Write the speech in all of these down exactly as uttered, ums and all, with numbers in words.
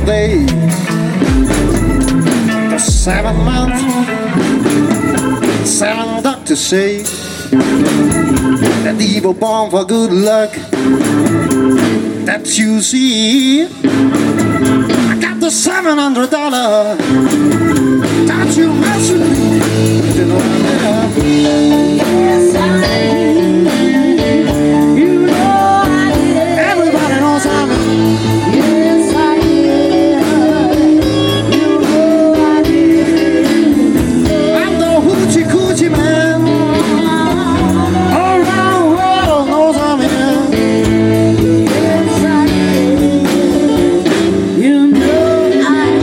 one day, the seven months, seven doctors say that evil born for good luck. That you see, I got the seven hundred dollar. Don't you mention me? You know I'm there. Yes, I did. You know I did. Everybody knows I'm in. Yes, I did. You know I did. I'm the hoochie coochie man. All around the world knows I'm in. Yes, I did. You know I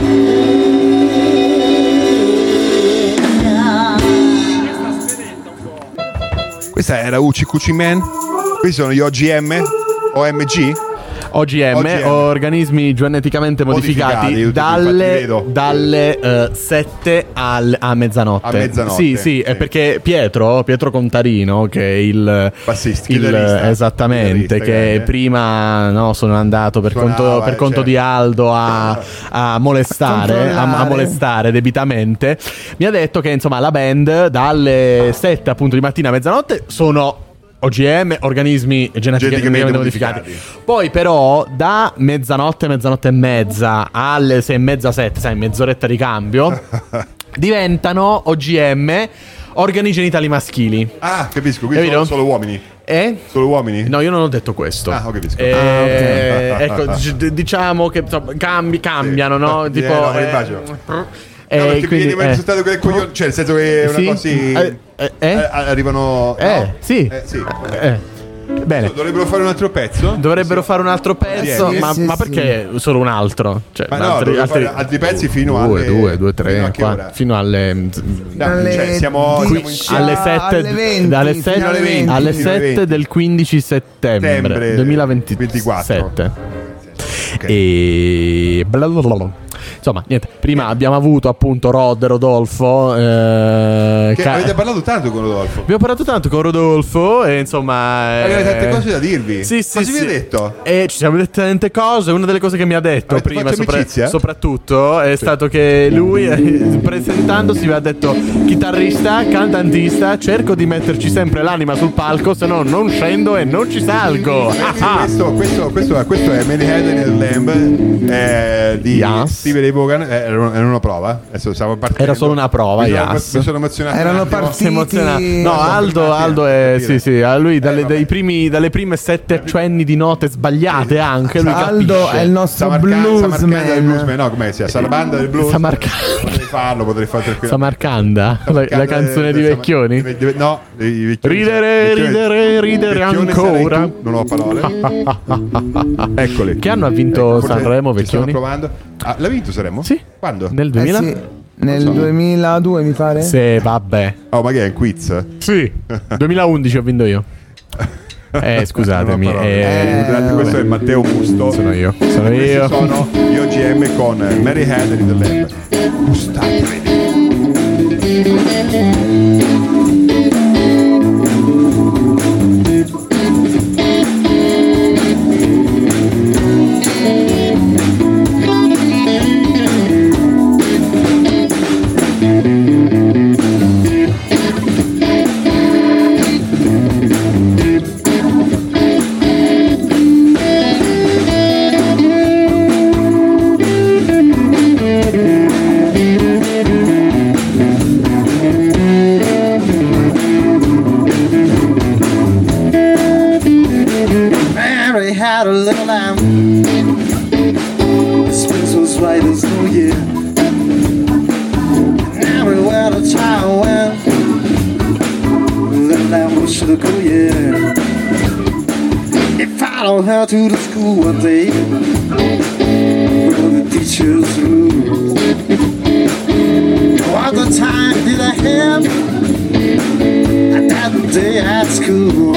did. Questa era Uci Cuci Man. Questi sono gli O G M O M G. O G M, O G M. organismi geneticamente modificati, Modificati, dalle, vedo. dalle eh, sette al, a mezzanotte. A mezzanotte, Sì, sì, è sì. perché Pietro, Pietro Contarino, che è il Bassista, il- chitarrista. esattamente, Chitarrista, che grande. prima no, sono andato per Suonava, conto, per conto certo. di Aldo a, a molestare, a, a Controllare. molestare debitamente. Mi ha detto che insomma la band dalle sette appunto di mattina a mezzanotte sono O G M, organismi geneticamente Geneticamente modificati. modificati. Poi però da mezzanotte, mezzanotte e mezza alle sei e mezza, sette, sai, mezz'oretta di cambio, diventano O G M, organi genitali maschili. Ah, capisco, quindi Capito? sono solo uomini. Eh? Solo uomini? No, io non ho detto questo. Ah, ho capisco. Eh, Ah, ok. Ecco, dic- diciamo che insomma, cambi, cambiano, no? Sì, Tipo, eh, no, eh, immagino. eh, No, perché quindi, mi viene eh. risultato quelle coglioni, cioè nel senso che è una Sì? cosa sì, Eh, eh, eh? eh, arrivano Eh, no? sì. Eh, sì. Eh. Bene. Dovrebbero fare un altro pezzo? Dovrebbero fare un altro pezzo, Sì, ma, sì, ma sì. perché solo un altro? Cioè, Ma no, altri, dovrebbero altri, fare altri pezzi fino due, alle due, due, tre, fino a che qua- ora? fino alle No, Dalle cioè, siamo, siamo in dieci alle sette alle venti, dalle fino sette alle venti. alle Fino alle sette venti. del quindici settembre Settembre duemilaventiquattro. Ok. E bla bla bla bla. Insomma, niente, prima abbiamo avuto appunto Rod Rodolfo eh, Che ca- avete parlato tanto con Rodolfo. abbiamo parlato tanto con Rodolfo e insomma Avete eh, tante cose da dirvi. Sì, sì, Cosa vi sì. ha detto? E ci siamo dette tante cose. Una delle cose che mi ha detto Avete prima, fatto amicizia? soprattutto, è stato che lui, eh, presentandosi, mi ha detto: chitarrista, cantantista, cerco di metterci sempre l'anima sul palco, se no non scendo e non ci salgo. Ah, questo, questo, questo, questo è Many Headed in the Lamb eh, di Yes. Steve Ray Vaughan. Eh, Era una, era una prova. Adesso stiamo partendo. Era solo una prova, Mi sono, yes. mi sono emozionato. Erano un attimo. partiti- Si emoziona. No, Sì, Aldo, per Aldo dire, è. per Sì, dire. sì, a lui dalle, Eh, vabbè. dai primi, dalle prime sette accenni di note sbagliate anche. Lui Aldo capisce. è il nostro Samarcanda, Samarcanda del bluesman. bluesman. No, com'è? Sia Sarabanda del blues. Samarcanda. Potrei farlo, potrei fare tranquillamente. Samarcanda, la, la Samarcanda canzone del- di del- Vecchioni. di- di- No, i vecchioni. Ridere, Vecchioni- ridere, ridere Vecchione ancora. sarai tu, non ho parole. Eccoli. Che anno ha vinto Forse Sanremo, ci stanno Vecchioni? provando. Ah, l'ha vinto Sanremo? Sì. Quando? Nel Eh duemila? sì, nel Non so. duemiladue mi pare. Sì, vabbè. Oh, ma che è un quiz? Sì. duemilaundici ho vinto io. Eh, scusatemi. Non ho parole. eh, Scusate, questo è Matteo Busto. sono io. Sono Questi io. sono gli O G M con Mary Head in the Lamb. Gustate. Mary had a little lamb. His face was white as New Year. And everywhere the child went, the lamb was to go, yeah. He followed her to the school one day, where the teachers ruled. What the time did I have that day at school?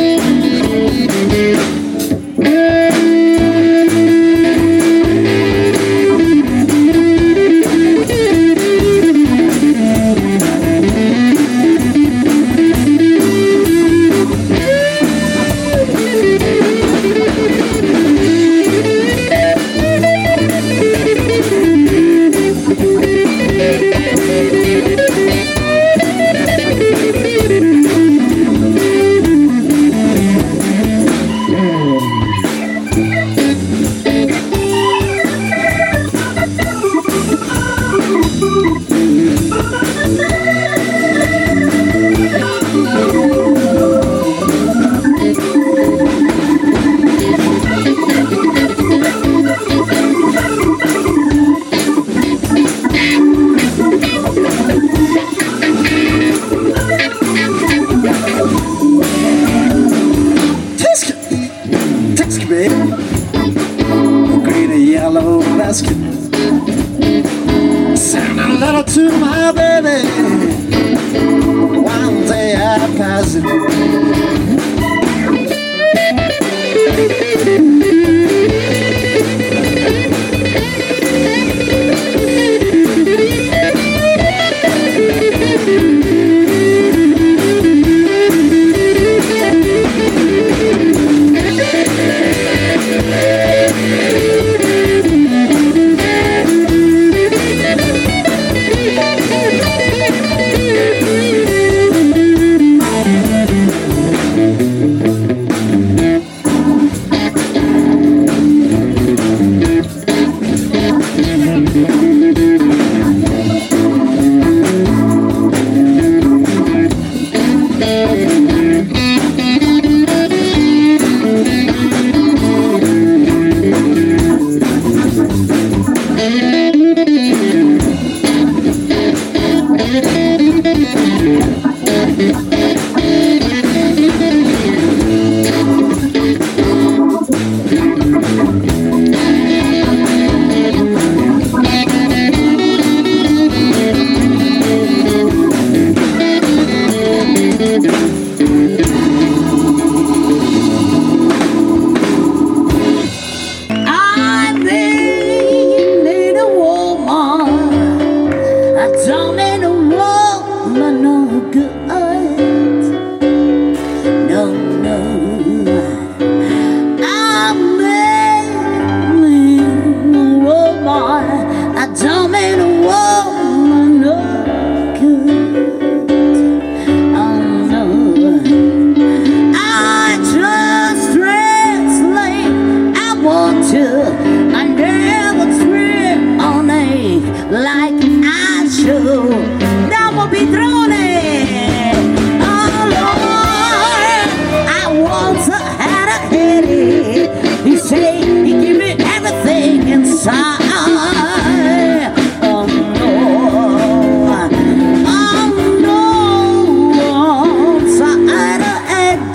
yellow basket. Send a letter to my baby. One day I pass it.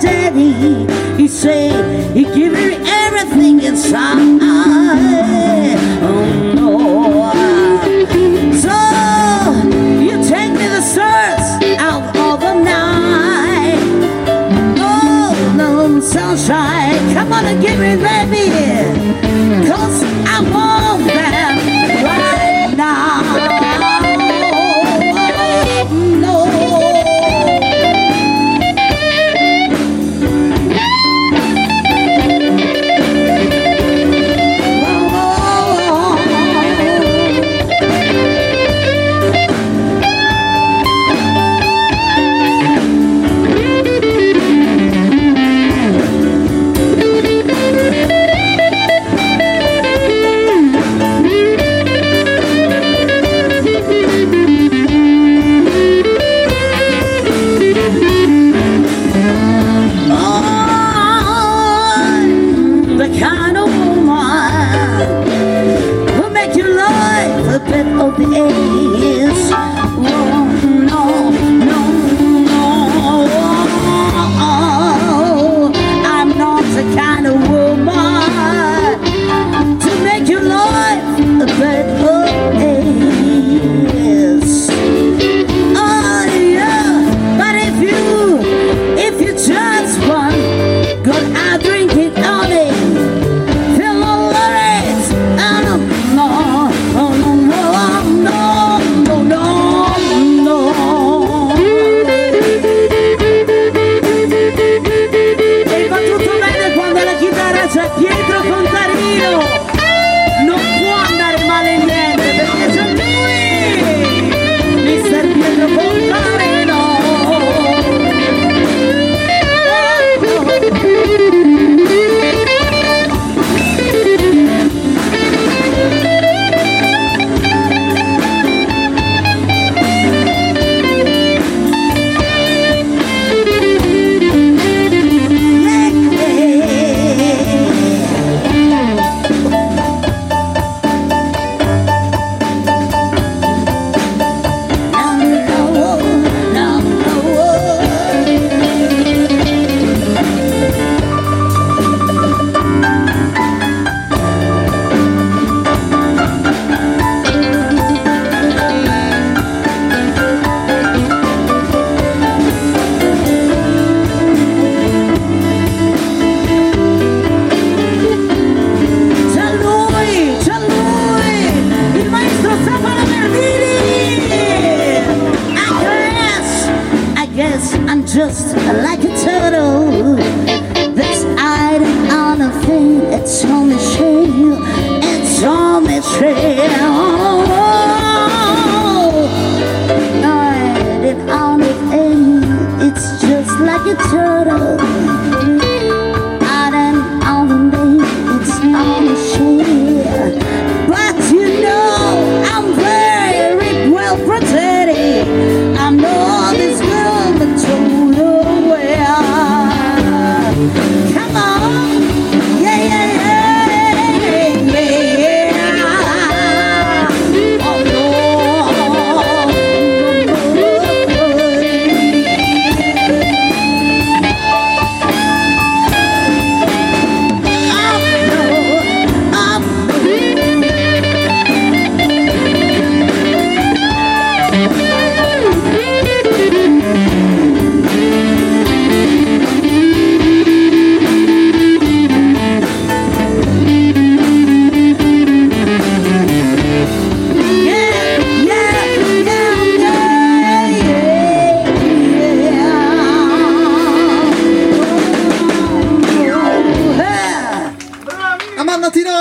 He said he give me everything inside.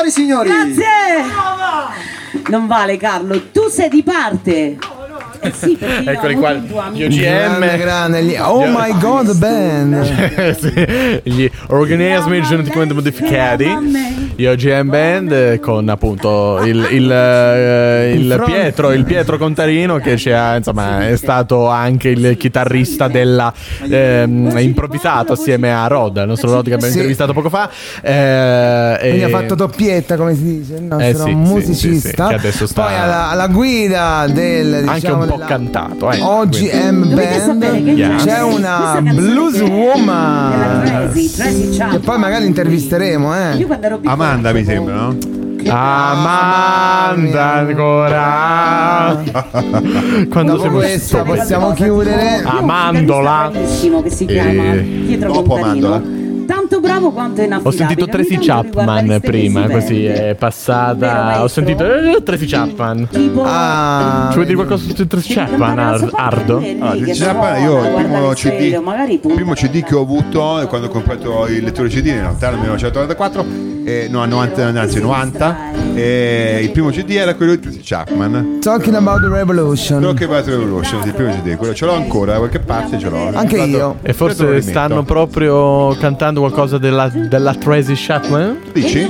signori, signori. Grazie. Non vale, Carlo, tu sei di parte. Eh sì, perché io Eccoli ho qua, avuto un tuo amico. gli O G M. Grande, grande, gli- oh my god, band. Sì, gli organismi geneticamente modificati, gli O G M Band, eh, con appunto il, il, eh, il front. Pietro, il Pietro Contarino, che ci ha, insomma, è stato anche il chitarrista della ehm, improvvisato assieme a Rod, il nostro Rod che abbiamo Sì. intervistato poco fa. eh, Quindi e- ha fatto doppietta, come si dice, il nostro Eh sì, sì, musicista. sì, sì, che adesso sta- Poi alla, alla guida del, anche diciamo, un po' della cantato, eh, O G M Dovete sapere che Band. Yeah. questa C'è una canzone blues della woman Tracy, Tracy Chapman. che poi magari intervisteremo, Io eh. quando ero piccola Amanda mi facevo- sembra, no? Amanda ancora. Quando Dopo siamo questa stupidi. possiamo chiudere. Io ho un Amandola. chitarrista bravissimo che si chiama Eh, Pietro dopo Contarino. Amandola. Tanto bravo quanto inaffidabile. Ho sentito Ogni Tracy tanto mi guarda le Chapman stelle prima, si così perde. è Vero, passata. maestro? Ho sentito eh, Tracy Chapman. Tipo Ah, Ci vuoi dire qualcosa su Tracy Chapman, Ar- Ardo? Ah, Tracy Chapman, io il primo C D, il primo C D che ho avuto è quando ho comprato il lettore C D nel lontano millenovecentonovantaquattro, eh, no, novanta, anzi novanta, e il primo C D era quello di Tracy Chapman. Talking about the revolution. Rock About Revolution, il primo C D, quello ce l'ho ancora, da qualche parte ce l'ho. Anche io. E Adesso lo forse rimetto. stanno proprio cantando qualcosa della, della Tracy Chapman? Dici?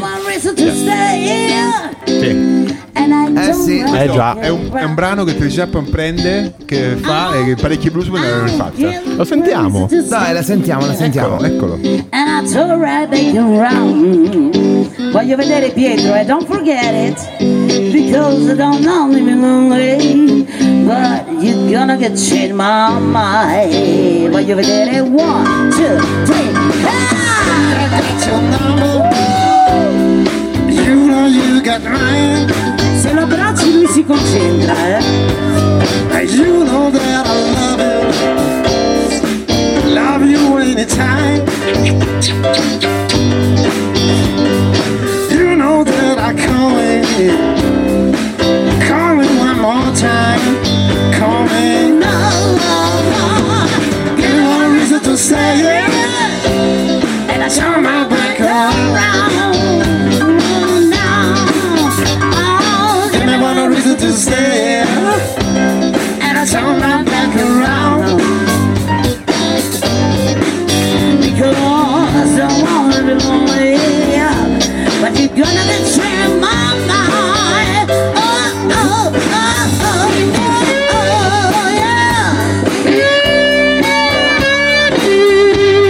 Sì. Eh sì. Eh già. È un, è un brano che Tracy Chapman prende, che fa e che parecchi bluesman l'hanno rifatta. Lo sentiamo. Dai, la sentiamo, la sentiamo. Eccolo, eccolo. And I told her they can run. Voglio vedere Pietro e don't forget it, because I don't know me lonely, but you're gonna get shit my mind. Voglio vedere one, two, three. Ah! You know you got mine. Se lo abbracci lui si concentra, eh. And you know that I love you. Love you anytime. You know that I call it. Call it one more time. Call me. No, no, no. Give me one reason to say it. And I turn my back around. Give me one reason to stay. And I turn my back around. Because I don't wanna be lonely, but you're gonna betray my mind. Oh, oh, oh, oh, oh, yeah.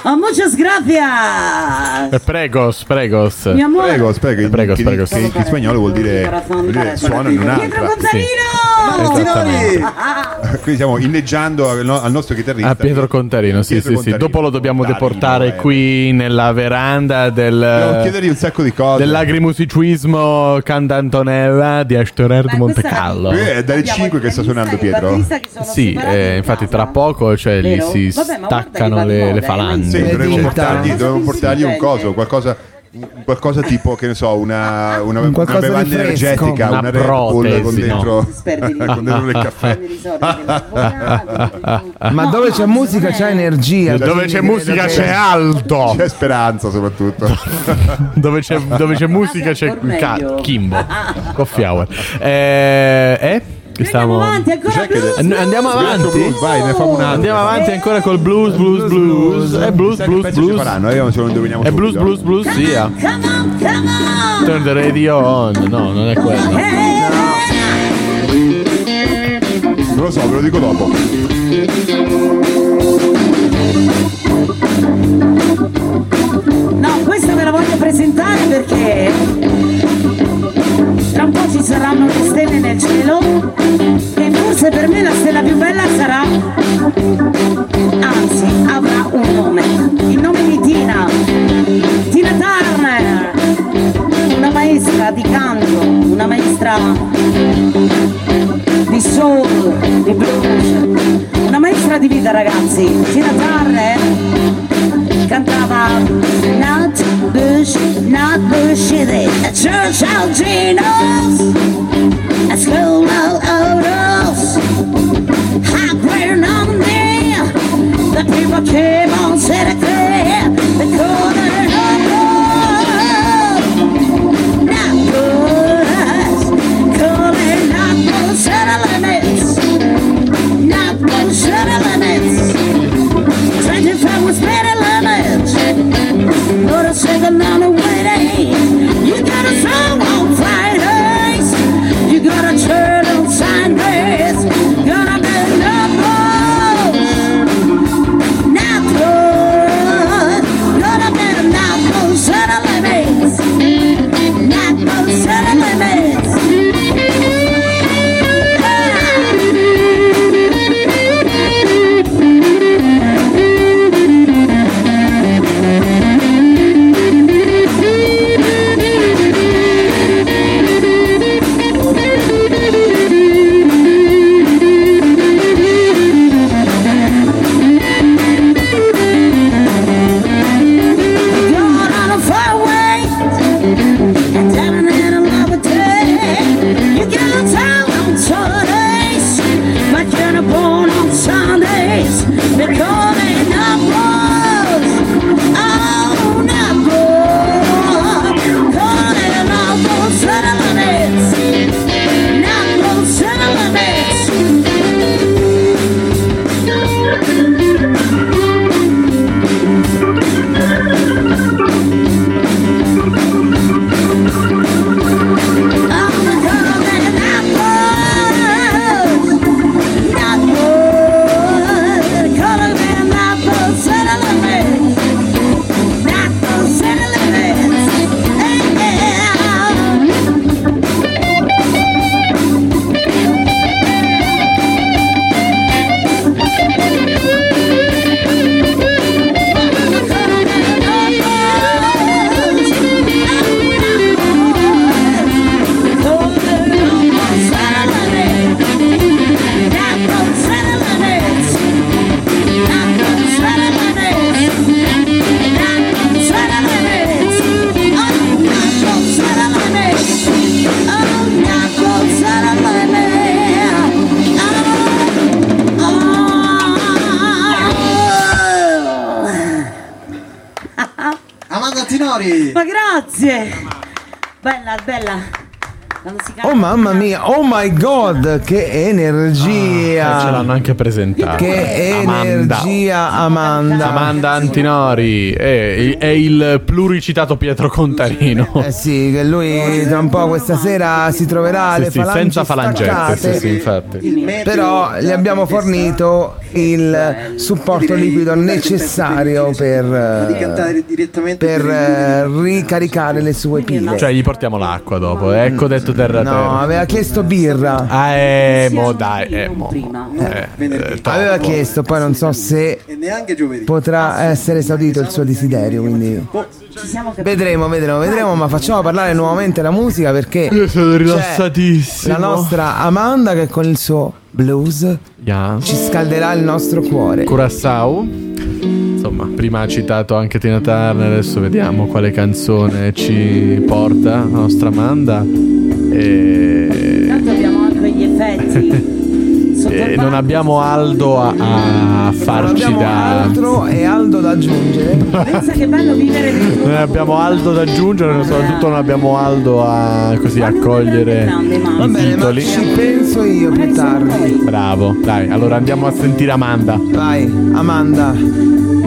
Oh, muchas gracias. Eh, Pregos, pregos. Mi amore. Prego, prego, in, Prego, che, prego. che, che in spagnolo vuol dire, vuol dire suono in Pietro un'altra. Contarino. Esattamente. Quindi stiamo inneggiando al, no- al nostro chitarrista A Pietro Contarino, sì, Pietro sì, Contarino. sì. Dopo lo dobbiamo Contarino, deportare eh. qui nella veranda Devo del chiedergli un sacco di cose. dell'agrimusiciismo cantantonella di Astorert Montecarlo. Eh, è dalle cinque che sta suonando Pietro. Sì, eh, infatti tra poco cioè, gli Vero? si Vabbè, ma guarda staccano che va di le, moda, le eh, falange. Sì, È dovremmo diventato- portargli, dovremmo Cosa portargli un più coso, qualcosa, qualcosa tipo, che ne so, una, una, una qualcosa di bevanda fresco. energetica, Una una Red Bull protesi, con no. dentro, Sperdi di- con dentro il caffè. Ma dove c'è musica c'è energia. Dove quindi c'è credo musica che- c'è alto. C'è speranza soprattutto. Dove c'è, dove c'è musica c'è ancora ca- meglio. Kimbo. Coffee hour. Eh? eh? Che Andiamo stiamo... avanti, ancora Cos'è che- blues, Eh, Andiamo blues, avanti? Blues, vai, ne facciamo un altro. Andiamo avanti ancora col blues, blues, blues. Eh, blues, Chissà che blues, pezzo ci blues. faranno, eh, se lo indoviniamo È blues, subito. blues, blues, sì. ah. Come on, come on. Turn the radio on. No, non è quello. Non lo so, ve lo dico dopo. No, questa ve la voglio presentare perché tra un po' ci saranno le stelle nel cielo e forse per me la stella più bella sarà, anzi avrà un nome, il nome di Tina, Tina Turner, una maestra di canto, una maestra di soul, di blues, una maestra di vita, ragazzi. Tina Turner cantava Not Bush, Not Bullshit, a church Alginos, a school of odors, hot burn on me, the people came on sitting there, the corner of not good, calling not good settlements, not good settlements, twenty-five was better limits, but a second on the way, you got a song on Fridays, you got a turn on Sundays, gonna be numbers, not good, gonna be not good settlements, not good settlements. Gone on a faraway and down in a love day. You got a town on Sundays, but you're not born on Sundays. They're calling up rose. Oh, not good. Calling up those settlements. Not those settlements. Amanda Tinori. Ma grazie! Bella, bella. Oh mamma mia, oh my god, che energia! Ah, ce l'hanno anche presentato. Che energia, Amanda. Amanda Antinori è, è il pluricitato Pietro Contarino. Eh sì, che lui tra un po' questa sera si troverà sì, le sì, falangi senza falangette, sì, sì, infatti. Però gli abbiamo fornito il supporto liquido necessario per, per ricaricare le sue pile. Cioè gli portiamo l'acqua dopo, ecco detto terra terra. No, aveva chiesto birra. Ah, eh, mo dai, eh, mo. Eh, eh, aveva chiesto, poi non so se potrà essere esaudito il suo desiderio, quindi vedremo, vedremo, vedremo, ma facciamo parlare nuovamente la musica perché io sono rilassatissimo. La nostra Amanda che con il suo blues yeah. ci scalderà il nostro cuore. Curaçao. Insomma, prima ha citato anche Tina Turner, adesso vediamo quale canzone ci porta la nostra Amanda. E... Tanto abbiamo anche gli effetti. E non abbiamo Aldo a, a farci non da altro e Aldo da aggiungere. Pensa che bello vivere dentro. Non abbiamo Aldo da aggiungere, ma soprattutto non abbiamo Aldo a così accogliere Va bene, ma ci penso io più tardi. Bravo, dai, allora andiamo a sentire Amanda. Vai, Amanda.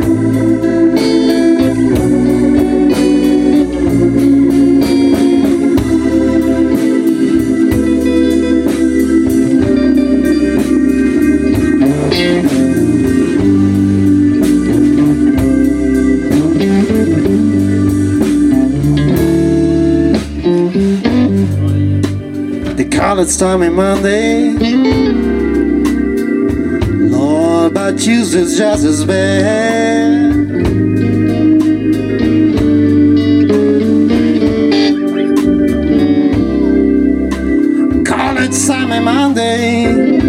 It's time on Monday, Lord, but Tuesday's just as bad. Call it Sunday, Monday,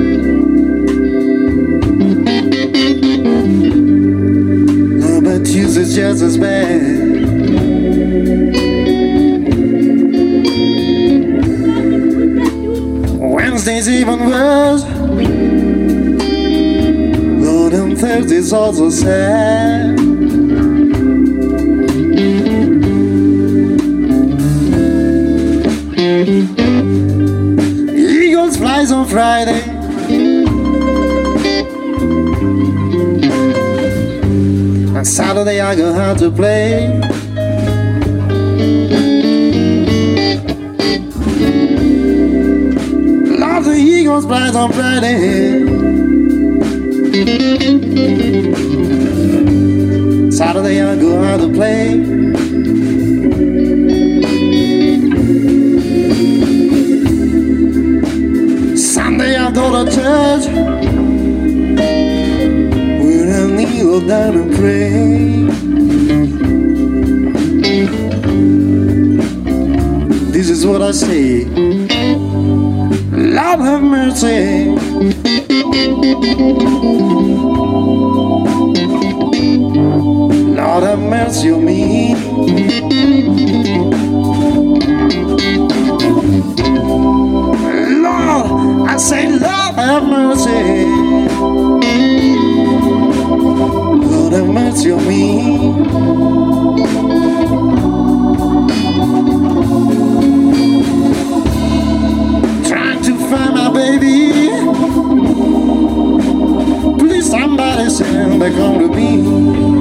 Lord, but Tuesday's just as bad. Wednesday's even worse, Lord, and Thursday's also sad. Eagles flies on Friday, and Saturday I go out to play. The Eagles flies on Friday, Saturday I go out to play. Sunday I go to church with a kneel down and pray. This is what I say: Lord have mercy, Lord have mercy on me. Lord, I say, Lord have mercy, Lord have mercy on me. Find my baby, please somebody send back home to me.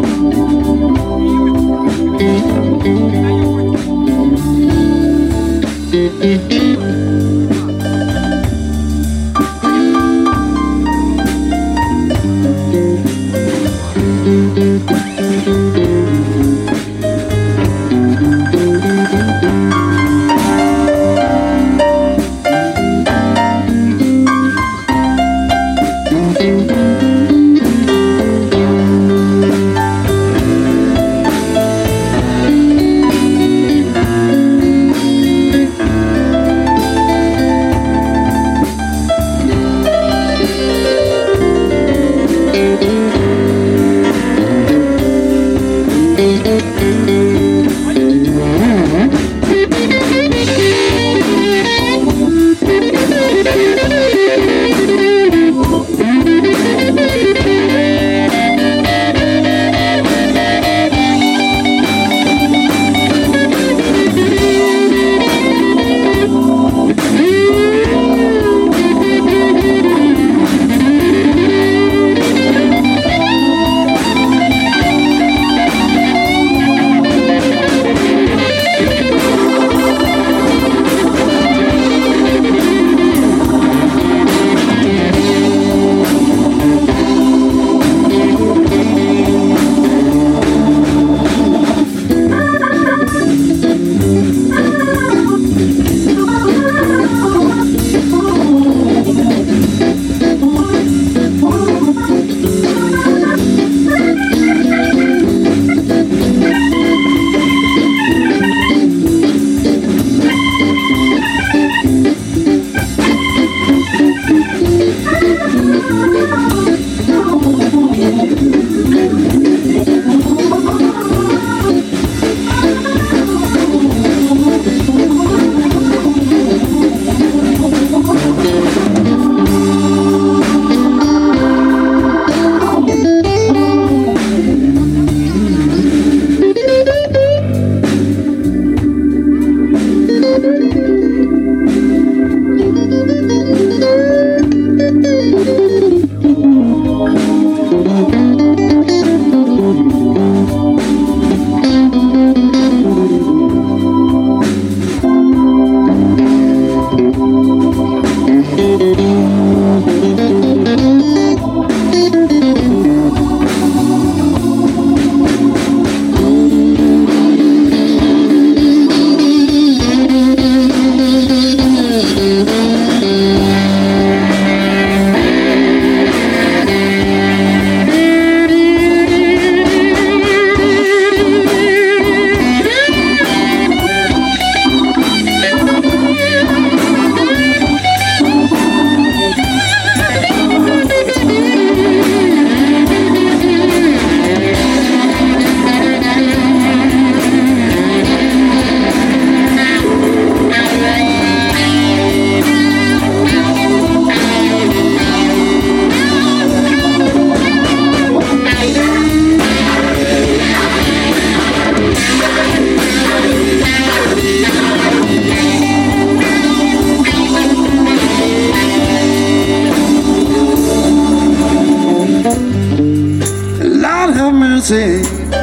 mercy.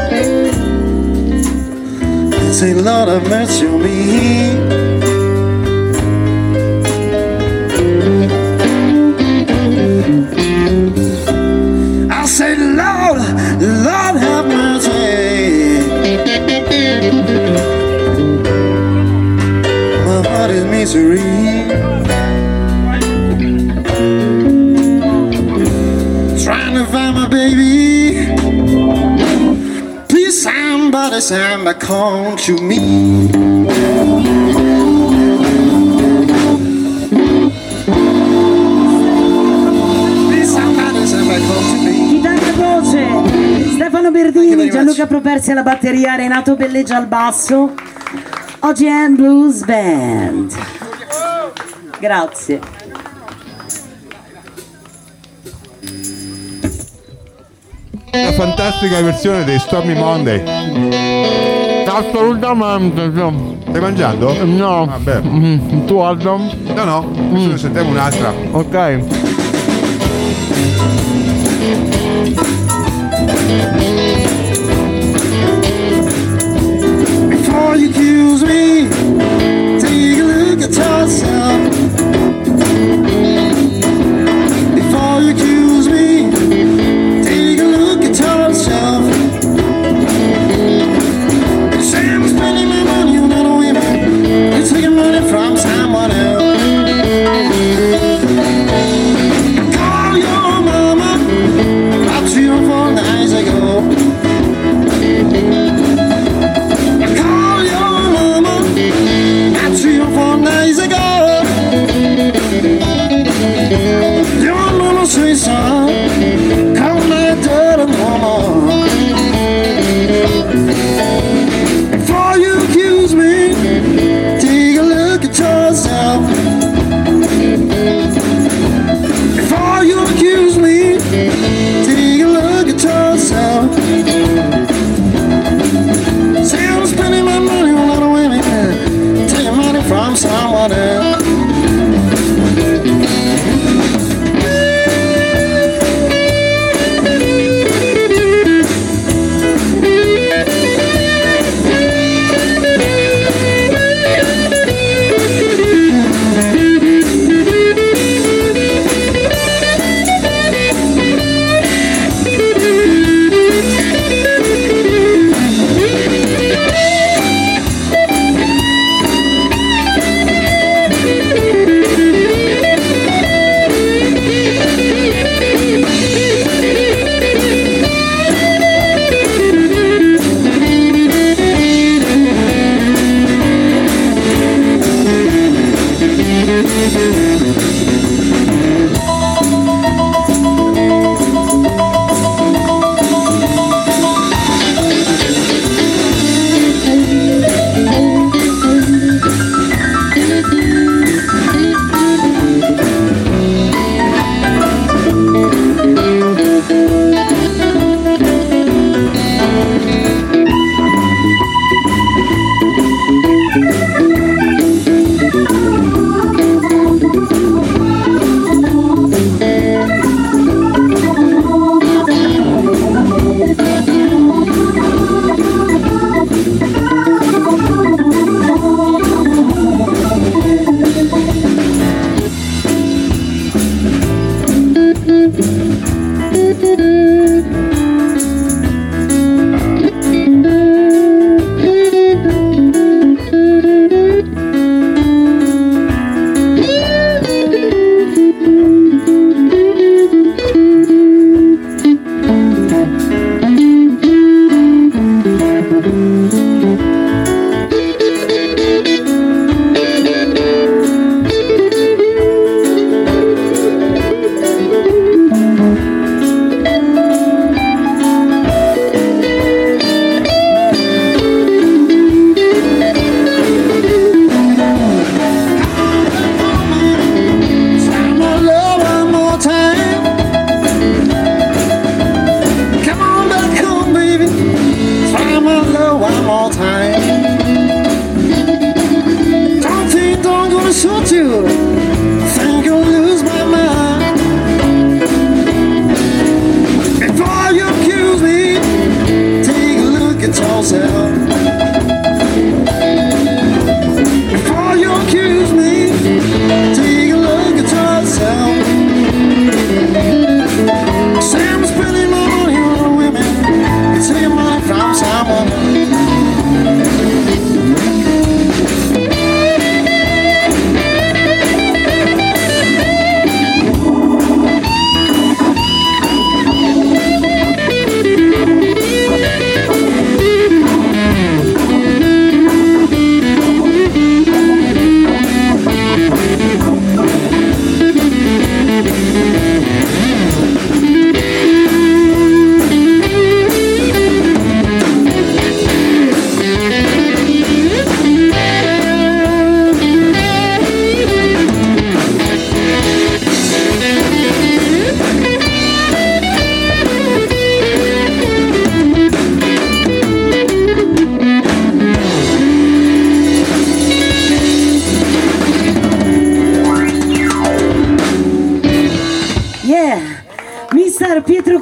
Say, Lord, have mercy on me. I say, Lord, Lord, have mercy. My heart is misery. Trying to find my baby. Please, somebody, somebody, come to me. Please, somebody, somebody, come to me. Chitarra e voce, Stefano Berdini, Gianluca Propersi alla batteria, Renato Belleggia al basso, O G N Blues Band. Grazie. Una fantastica versione dei Stormy Monday. Assolutamente. Stai mangiando? No. Vabbè. Mm, tu Aldo? No, no, adesso ne sentiamo un'altra. Ok. Before you accuse me, take a look at yourself. Before you accuse me, take a look at yourself. You say I'm spending my money on other women. You're taking money from someone else. Call your mama about three or four nights ago.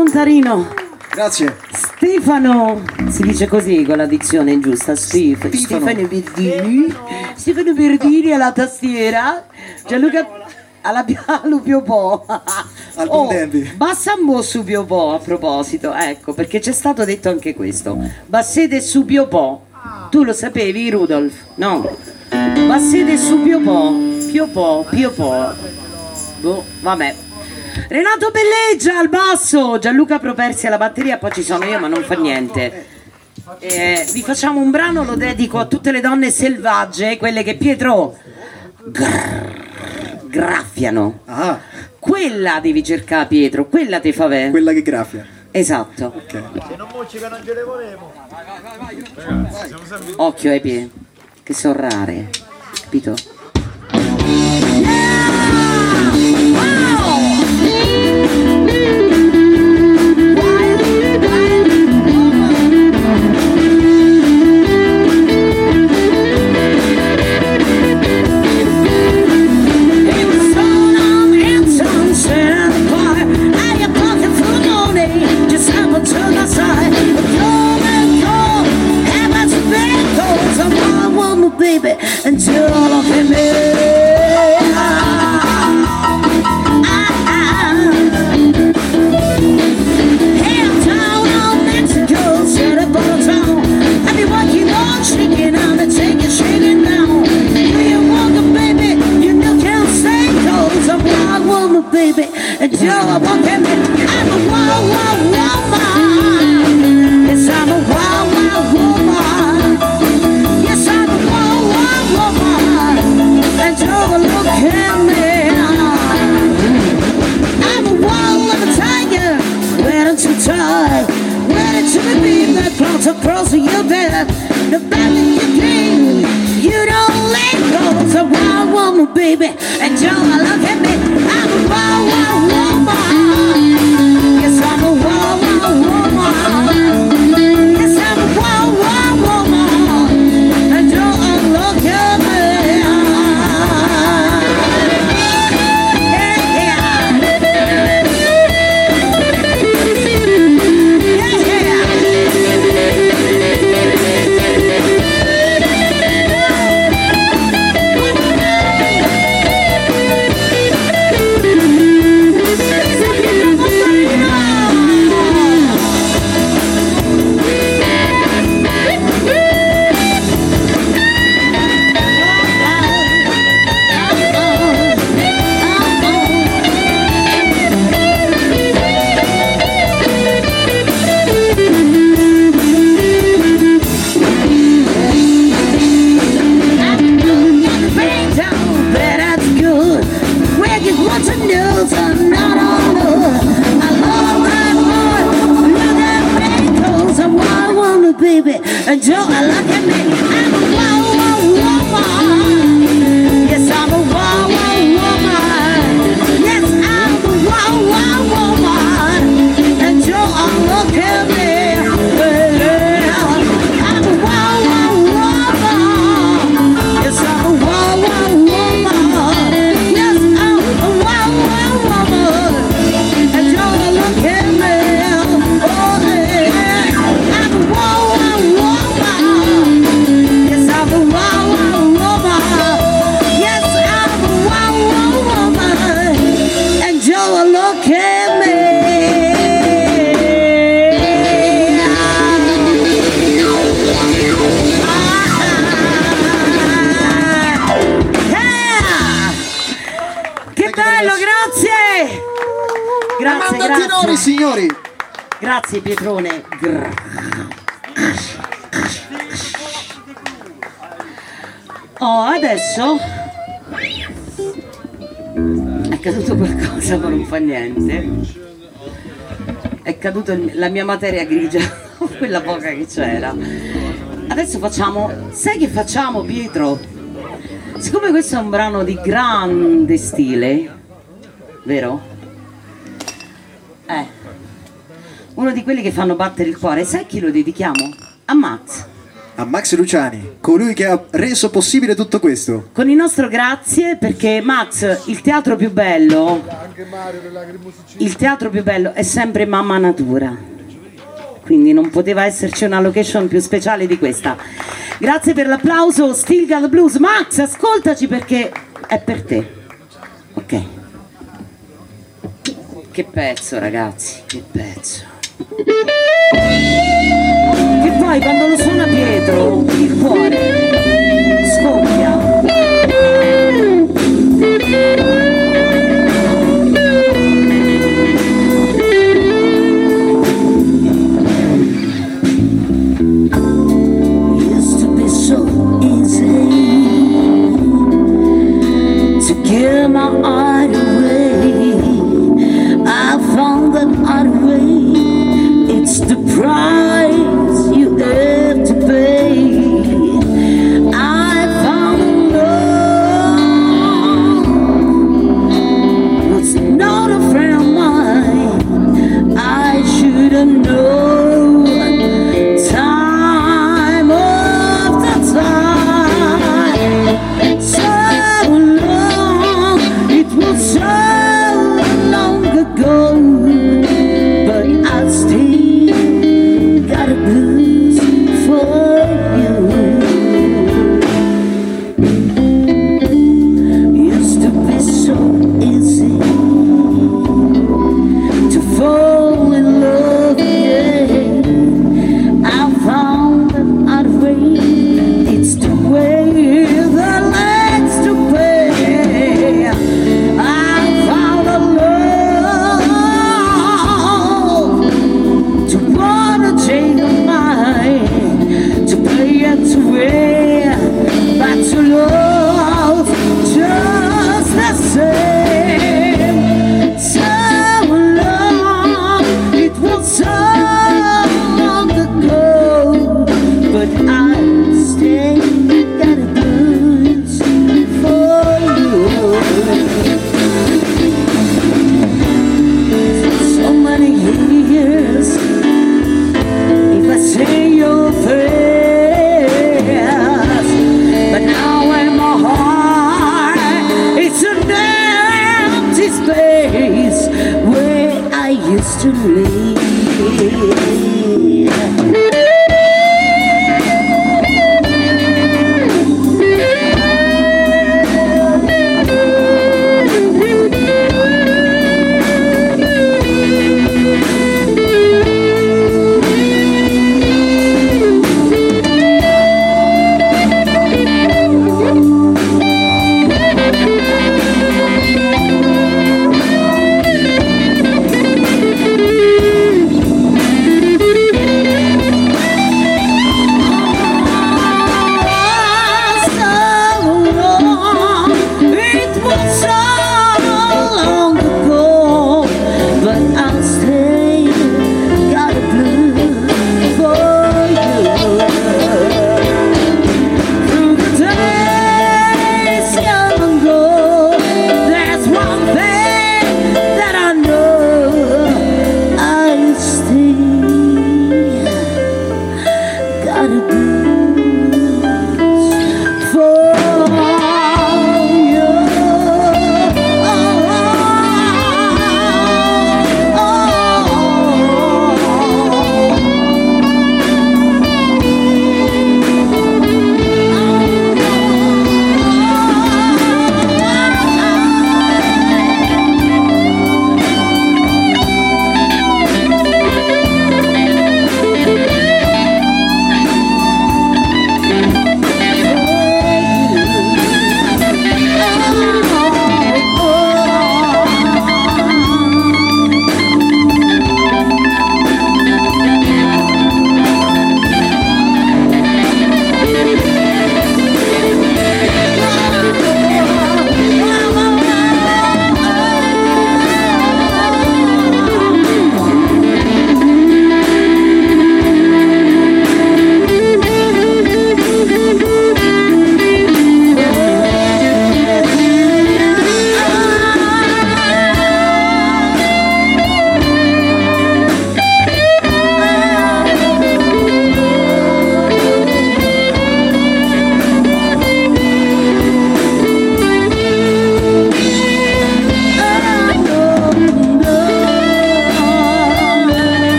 spuntarino. Grazie. Stefano, si dice così con la dizione giusta, Stef. Stefano Verdini. Stefano Verdini alla tastiera. Gianluca alla piano Piopò. Oh, bassa un po' su Piopò a proposito, ecco, perché c'è stato detto anche questo. Bassete su Piopò. Tu lo sapevi, Rudolf? No. Bassete su Piopò. Piopò, Piopò. Boh, vabbè. Renato Belleggia al basso, Gianluca Propersi alla batteria, poi ci sono io, ma non fa niente. Eh, vi facciamo un brano, lo dedico a tutte le donne selvagge, quelle che Pietro grrr, graffiano. Ah. Quella devi cercare, Pietro, quella te fa vedere. Quella che graffia. Esatto. Okay. Se non musica non ce le volevo. Occhio ai piedi, che sono rare, capito? Baby, and you look at me. Head down on Mexico, set up on the town. I be walking on, shaking on the take it, shaking down. You walk a baby, you know can't stay close. I'm a wild woman, baby, and you look at me. I'm a wild, wild woman. Yes, I'm a wild, wild woman. Yes, I'm a wild, wild woman. And you look at me. I'm a wild little tiger, ready to die, ready to be beat that clouds across your bed. The better you dream, you don't let go. It's a wild woman, baby, and you look at me. I'm a wild, wild woman. Yes, I'm a wild, wild woman. Yes, I'm a wild, wild woman, and you look at me. And Joe, I look at me, I'm a wild, wild woman. Yes, I'm a wild, wild woman. Yes, I'm a wild, wild woman. And Joe, I look at me, I'm a wild, wild woman. Yes, I'm a wild, wild woman. Yes, I'm a wild, wild woman. And Joe, I look at me, oh yeah, I'm a wild, wild woman. Yes, I'm a wild, wild woman. Yes, I'm a wild, wild woman. And Joe, look at me. Ah, che bello, grazie. Grazie, grazie. Tenori, signori. Grazie, Pietrone. Grrr. Oh, adesso è caduto qualcosa, ma non fa niente. È caduto il- la mia materia grigia, quella poca che c'era. Adesso facciamo, sai che facciamo, Pietro? Siccome questo è un brano di grande stile, vero? Eh, uno di quelli che fanno battere il cuore, sai chi lo dedichiamo? A Max. a Max Luciani, colui che ha reso possibile tutto questo. Con il nostro grazie, perché Max, il teatro più bello, il teatro più bello è sempre mamma natura, quindi non poteva esserci una location più speciale di questa. Grazie per l'applauso. Still Got the Blues. Max, ascoltaci perché è per te. Ok. Che pezzo, ragazzi, che pezzo. Che poi quando lo suona Pietro il cuore scoppia. Used to be so easy to give my heart away. I found that other way. It's the price you have to pay. I found love was not a friend of mine. I should have known time after time. So long, it was so long ago, but I still got a blues for you. Used to be so easy to fall in love again. I found an other way. It's the way that leads to pain. I found a love to wanna change your mind, to play it away, but to love just the same. So long, it was so long ago, but I still got a blues for you. So many years, if I say your face, but now in my heart, it's an empty space where I used to live.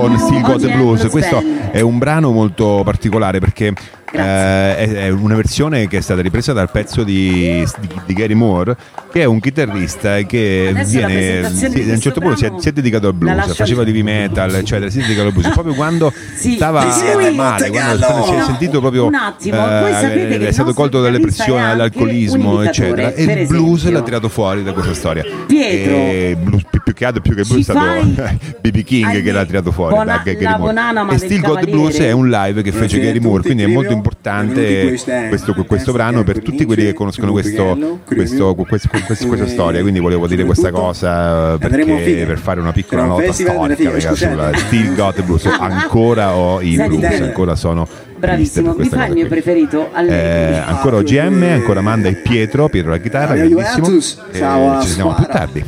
con Still Got the Blues. Questo è un brano molto particolare perché eh, è, è una versione che è stata ripresa dal pezzo di, di, di Gary Moore, che è un chitarrista che Adesso viene sì, a un certo punto si è, si è dedicato al blues, faceva heavy metal eccetera, si è dedicato al blues proprio quando sì, stava lui, male, quando no, si è sentito proprio un attimo, voi eh, sapete che è stato colto dalla depressione, dall'alcolismo eccetera, e il blues l'ha tirato fuori da questa storia. Pietro, e blues, più, più che altro più che blues è stato B B King che l'ha tirato fuori Bona, da Gary Moore. E Still Got the Blues è un live che fece Gary Moore, quindi è molto importante questo, questo brano per tutti quelli che conoscono questo, questo, questo, questo, questa storia, quindi volevo dire questa cosa perché, per fare una piccola nota storica sulla Still Got the Blues. Ancora ho i blues, ancora sono bravissimo, mi fa il mio preferito eh, ancora O G M, ancora Amanda e Pietro Pietro la chitarra, grandissimo, e ci vediamo più tardi.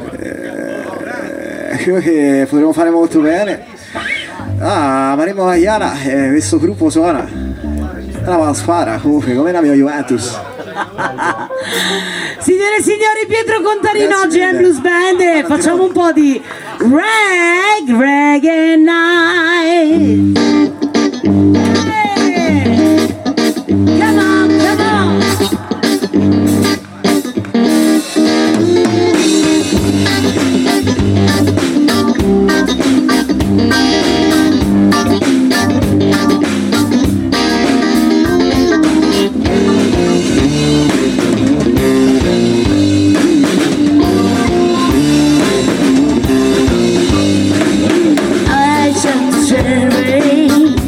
Credo che potremo fare molto bene. Ah, Maremo Magliana, eh, questo gruppo suona la spara comunque come la mia Juventus. Signore e signori, Pietro Contarino, O G M Blues Band, facciamo un po' di reg, reggae night. Hey. Come on, come on. I should survey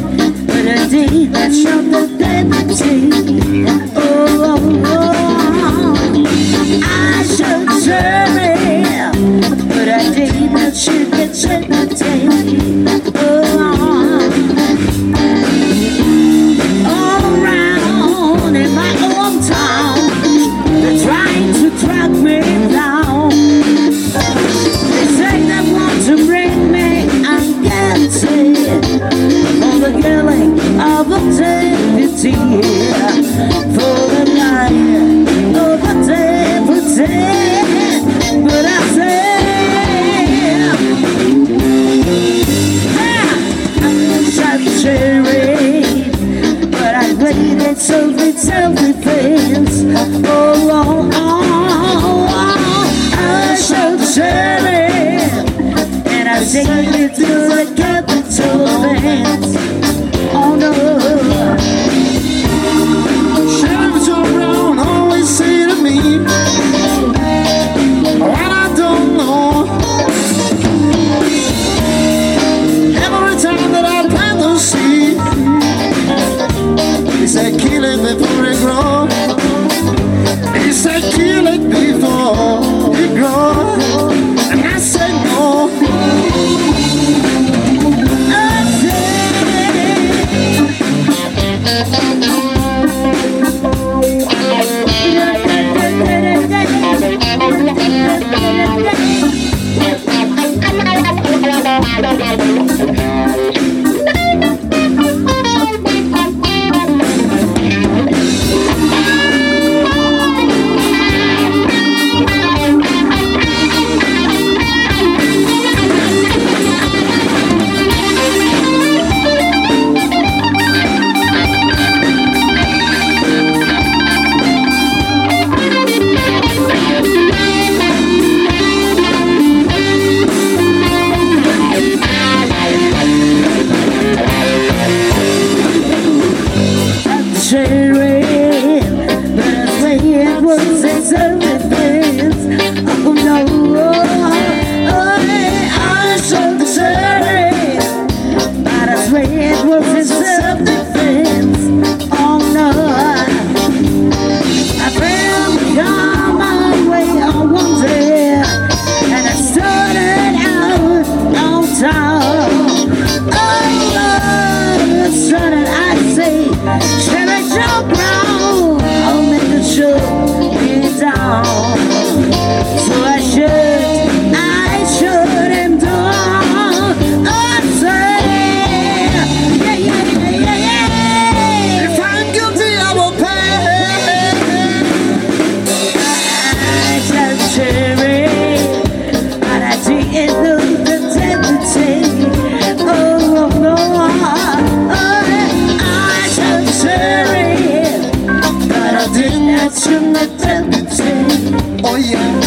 Oh yeah.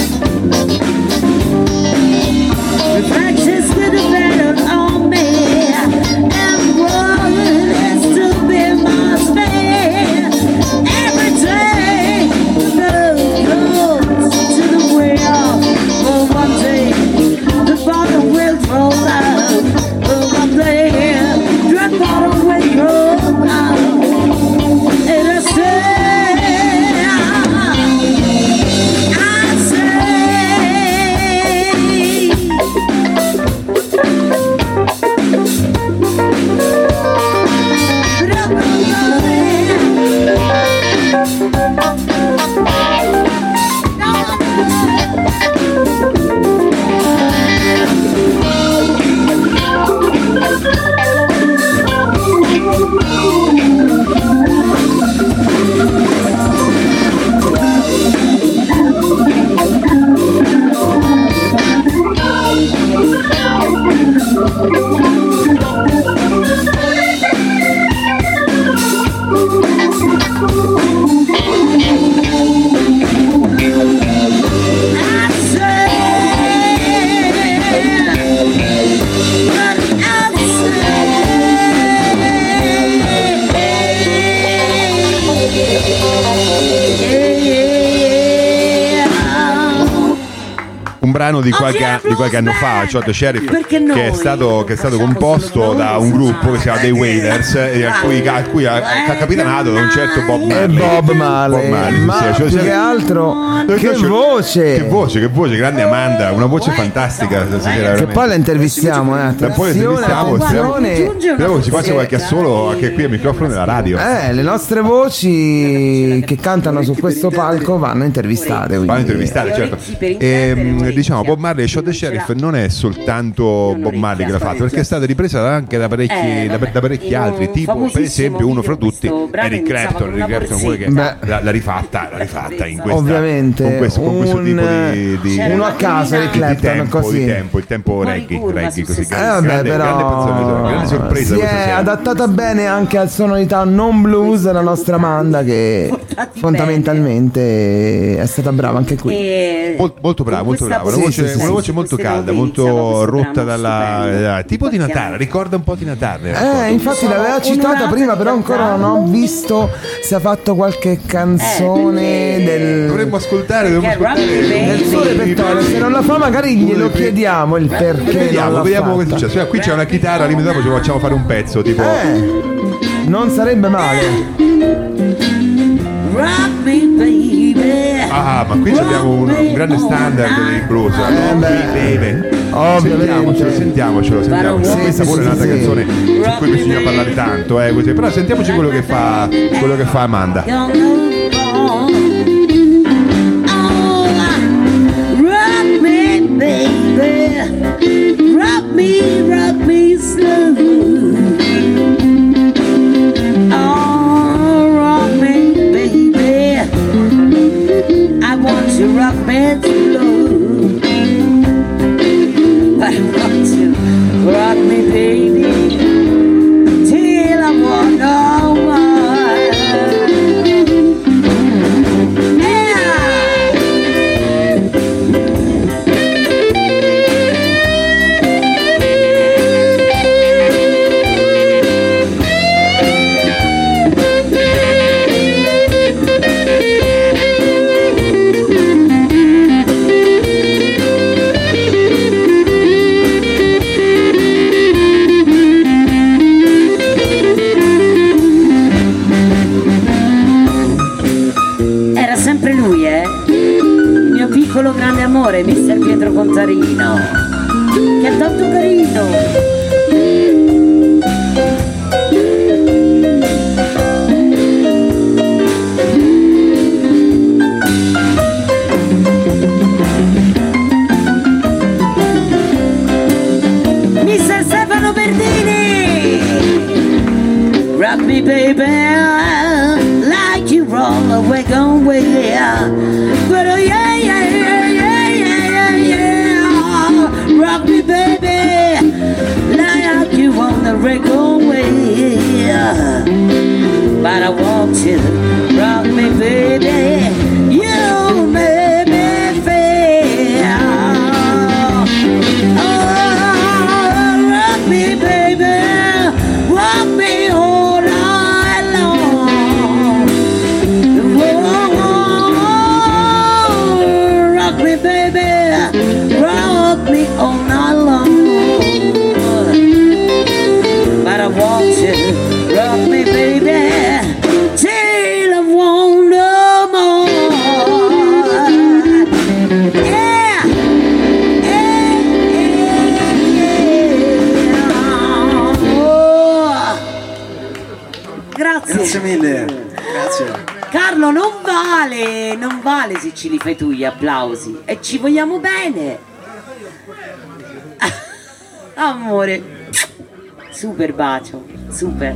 Practice with a better on me, and one is to be my spare. Every day the road goes to the well, but one day the bottom will fall out. But one day the bottom will fall out. And I say, I say. Un brano di qualche, di qualche anno fa, cioè The Sheriff, che è stato, che è stato composto da un gruppo che si chiama The Wailers, e a cui, a cui ha, ha capitanato da un certo Bob Marley. E Bob Marley, Bob Marley ma sì, cioè, più che altro che voce, che voce, che voce, grande Amanda, una voce fantastica stasera, che poi la intervistiamo, eh, poi la intervistiamo, speriamo, speriamo che ci faccia qualche assolo anche qui al microfono della radio. Eh, le nostre voci che cantano su questo palco vanno intervistate, quindi. Vanno intervistate, certo. E, diciamo, Bob Marley e Shot the Sheriff non è soltanto Bob Marley che l'ha fatto, perché è stata ripresa anche da parecchi, da, da parecchi altri, tipo per esempio uno fra tutti Eric Clapton. Eric Clapton quello che l'ha, l'ha rifatta, l'ha rifatta in questa, ovviamente con questo, con questo un, tipo di, di uno a caso Eric Clapton, di tempo, così. Di tempo, il tempo reggae, reggae così. Eh, vabbè, grande, però grande, canzone, grande sorpresa. Si è adattata bene anche al sonorità non blues della nostra Amanda, che fondamentalmente è stata brava anche qui. Molto, molto brava, molto brava. Una voce, sì, sì, una voce molto calda, molto rotta dalla, tipo di Natale, ricorda un po' di Natale. Eh, infatti l'aveva citata prima, però ancora non ho visto se ha fatto qualche canzone del. Dovremmo ascoltare, dovremmo ascoltare del suo repertorio. Se non la fa, magari glielo chiediamo il perché. Vediamo, vediamo che è successo. Qui c'è una chitarra, lì dopo ci facciamo fare un pezzo, tipo. Eh, non sarebbe male. Ah, ma qui abbiamo un, un grande standard del blues, eh, no? Baby. Sentiamocelo, sentiamocelo, sentiamocelo. Sì, Questa sì, pure è sì, un'altra sì. canzone su cui bisogna parlare tanto, eh, così. Però sentiamoci quello che fa quello che fa Amanda. Rock me, baby, rock me, rock me slow. Oh, rock me, baby, I want to rock me slow. I want to rock me, baby, till I want no more. Piccolo grande amore, mister Pietro Contarino, che è tanto carino. mister Stefano Berdini, rock me baby, like you roll away, go away, but oh yeah, yeah, yeah, yeah, yeah, yeah, rock me baby, like you on the record way, but I want you, rock me baby, you made me Grazie mille. Grazie. Carlo, non vale, non vale se ce li fai tu gli applausi. E ci vogliamo bene. Amore. Super bacio. Super.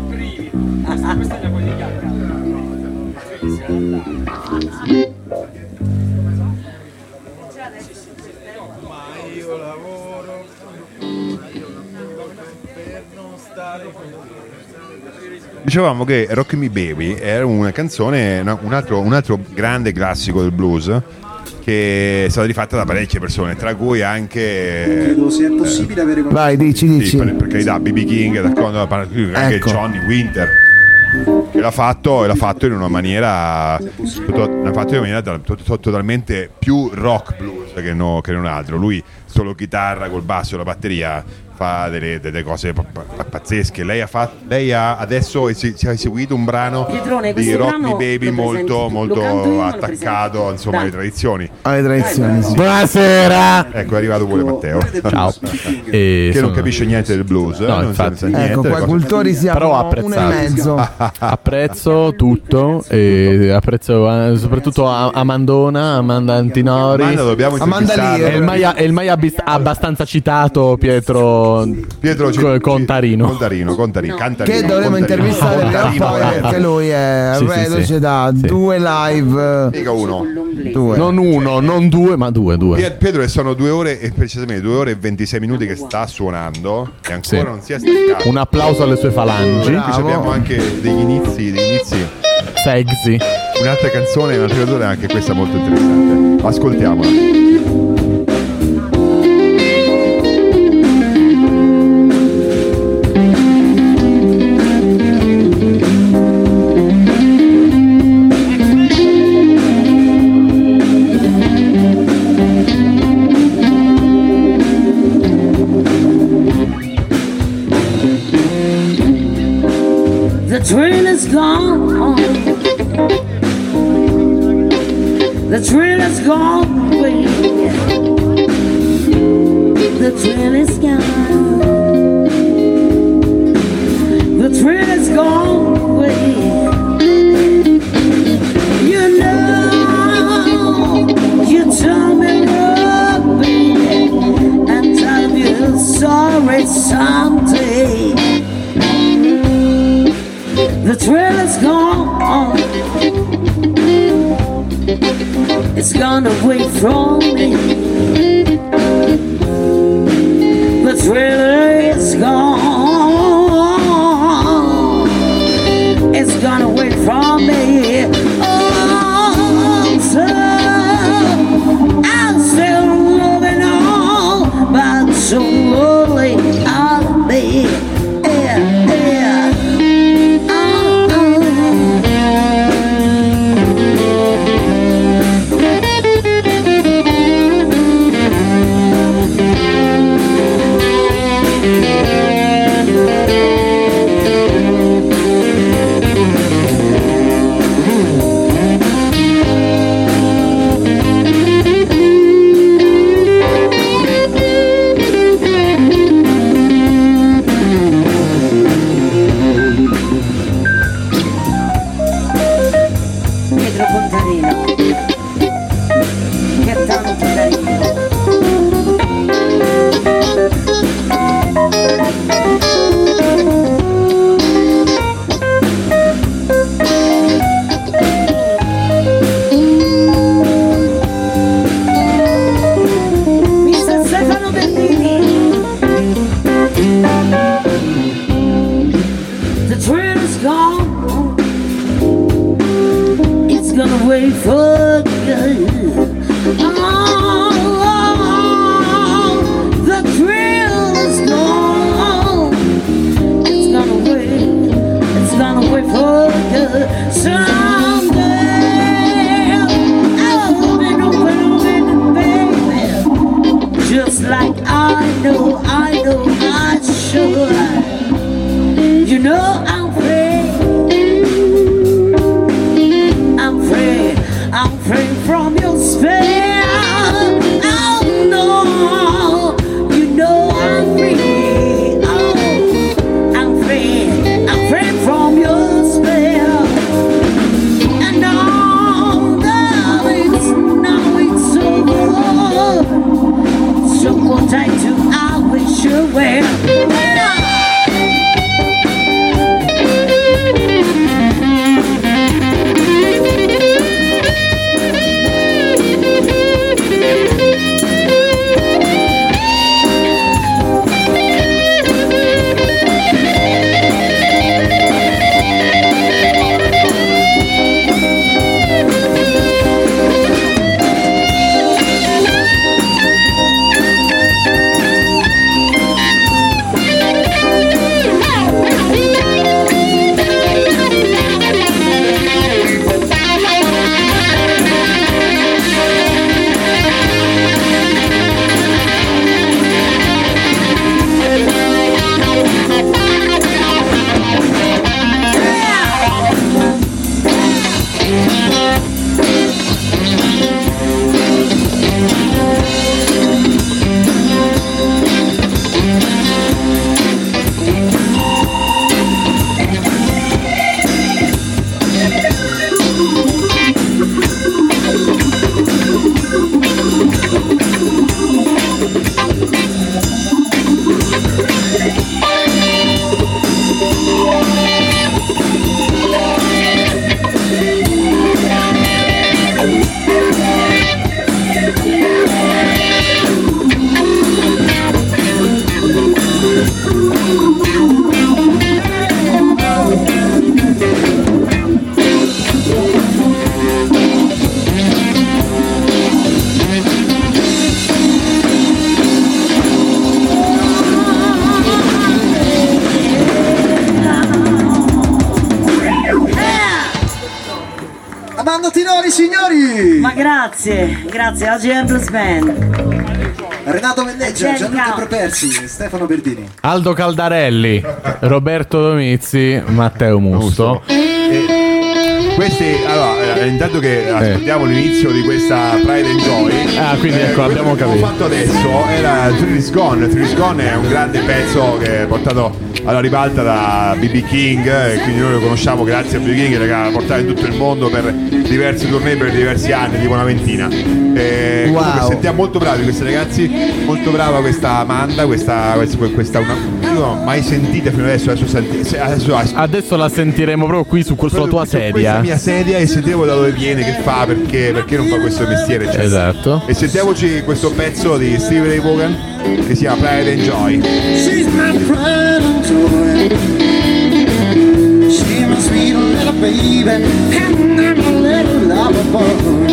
Dicevamo che Rock Me Baby era una canzone, un altro, un altro grande classico del blues che è stata rifatta da parecchie persone, tra cui anche credo sia possibile avere qualche... Vai, dici, dici. Sì, per, per carità, B B King, anche ecco. Johnny Winter, che l'ha fatto e l'ha fatto in una maniera l'ha fatto in una maniera totalmente più rock blues che, no, che non altro. Lui solo chitarra col basso e la batteria fa delle, delle cose pazzesche. Lei ha, fatto, lei ha adesso si, si ha eseguito un brano Pietrone, di Rock Me Baby molto, molto attaccato insomma alle tradizioni. Alle tradizioni, sì. Buonasera. Ecco, è arrivato pure Matteo. Ciao. Che non capisce niente del blues. No, non infatti. sa niente, ecco, qua i cultori siamo però uno e mezzo. Apprezzo tutto e apprezzo eh, soprattutto a- Amandona, Amanda Antinori. Amanda, dobbiamo Amanda intervistarla. E il mai, e il mai abis- abbastanza citato Pietro Pietro Co- Contarino. Contarino, Contarino, Cantarino, Che dovremmo Contarino. intervistare prima o Contarino, poi eh. perché lui è Sì, sì, reduce sì. da Sì. due live. Mica uno. Due. Non uno, non due, ma due, due. Pietro, che sono due ore e precisamente due ore e ventisei minuti che sta suonando e ancora Sì. non si è staccato. Un applauso alle sue falangi. Qui Bravo. abbiamo anche degli inizi, degli inizi. Sexy. Un'altra canzone, un'altra canzone anche questa molto interessante. Ascoltiamola. The train is gone. The train is gone away. The train is gone. The train is gone away. You know, you told me look, baby, and tell me you're sorry someday. The trail is gone. It's gone away from me. The trail is gone. It's gone away from me. Oh, so I'm still moving on, but so lonely I'll be. Yeah, yeah. Pietro Contarino, che tanto carino. mister Stefano Bellini. The train is gone. It's gonna wait for good. Oh, the thrill is gone. It's gonna wait. It's gonna wait for good. Someday I'll be moving, baby. Just like I know, I know I should. You know I'm free. I'm free, I'm free from your spell. Oh no, you know I'm free. Oh, I'm free, I'm free from your spell. well. Signori, ma grazie, grazie, oggi è un blues band. Renato Velleggia, Gianluca Properci, Stefano Berdini, Aldo Caldarelli, Roberto Domizzi, Matteo Musto. Questi, allora, intanto che ascoltiamo eh. l'inizio di questa Pride and Joy. Ah, quindi eh, ecco, abbiamo capito. Quello che fatto adesso era Thrill Is Gone. Thrill Is Gone è un grande pezzo che è portato alla ribalta da B B King, e quindi noi lo conosciamo grazie a B B King, che l'ha portato in tutto il mondo per diversi tournée per diversi anni, tipo una ventina. E wow. Sentiamo molto bravi questi ragazzi, molto brava questa Amanda, questa, questa una, io non l'ho mai sentita fino adesso, adesso, senti, adesso, adesso la sentiremo proprio qui su questa tua sedia. Questa mia sedia, e sentiremo da dove viene, che fa, perché, perché non fa questo mestiere, eccetera. Esatto. E sentiamoci questo pezzo di Stevie Ray Vaughan che si chiama Pride and Joy. She's my pride and joy. She's my sweet little baby, and I'm a little lover boy.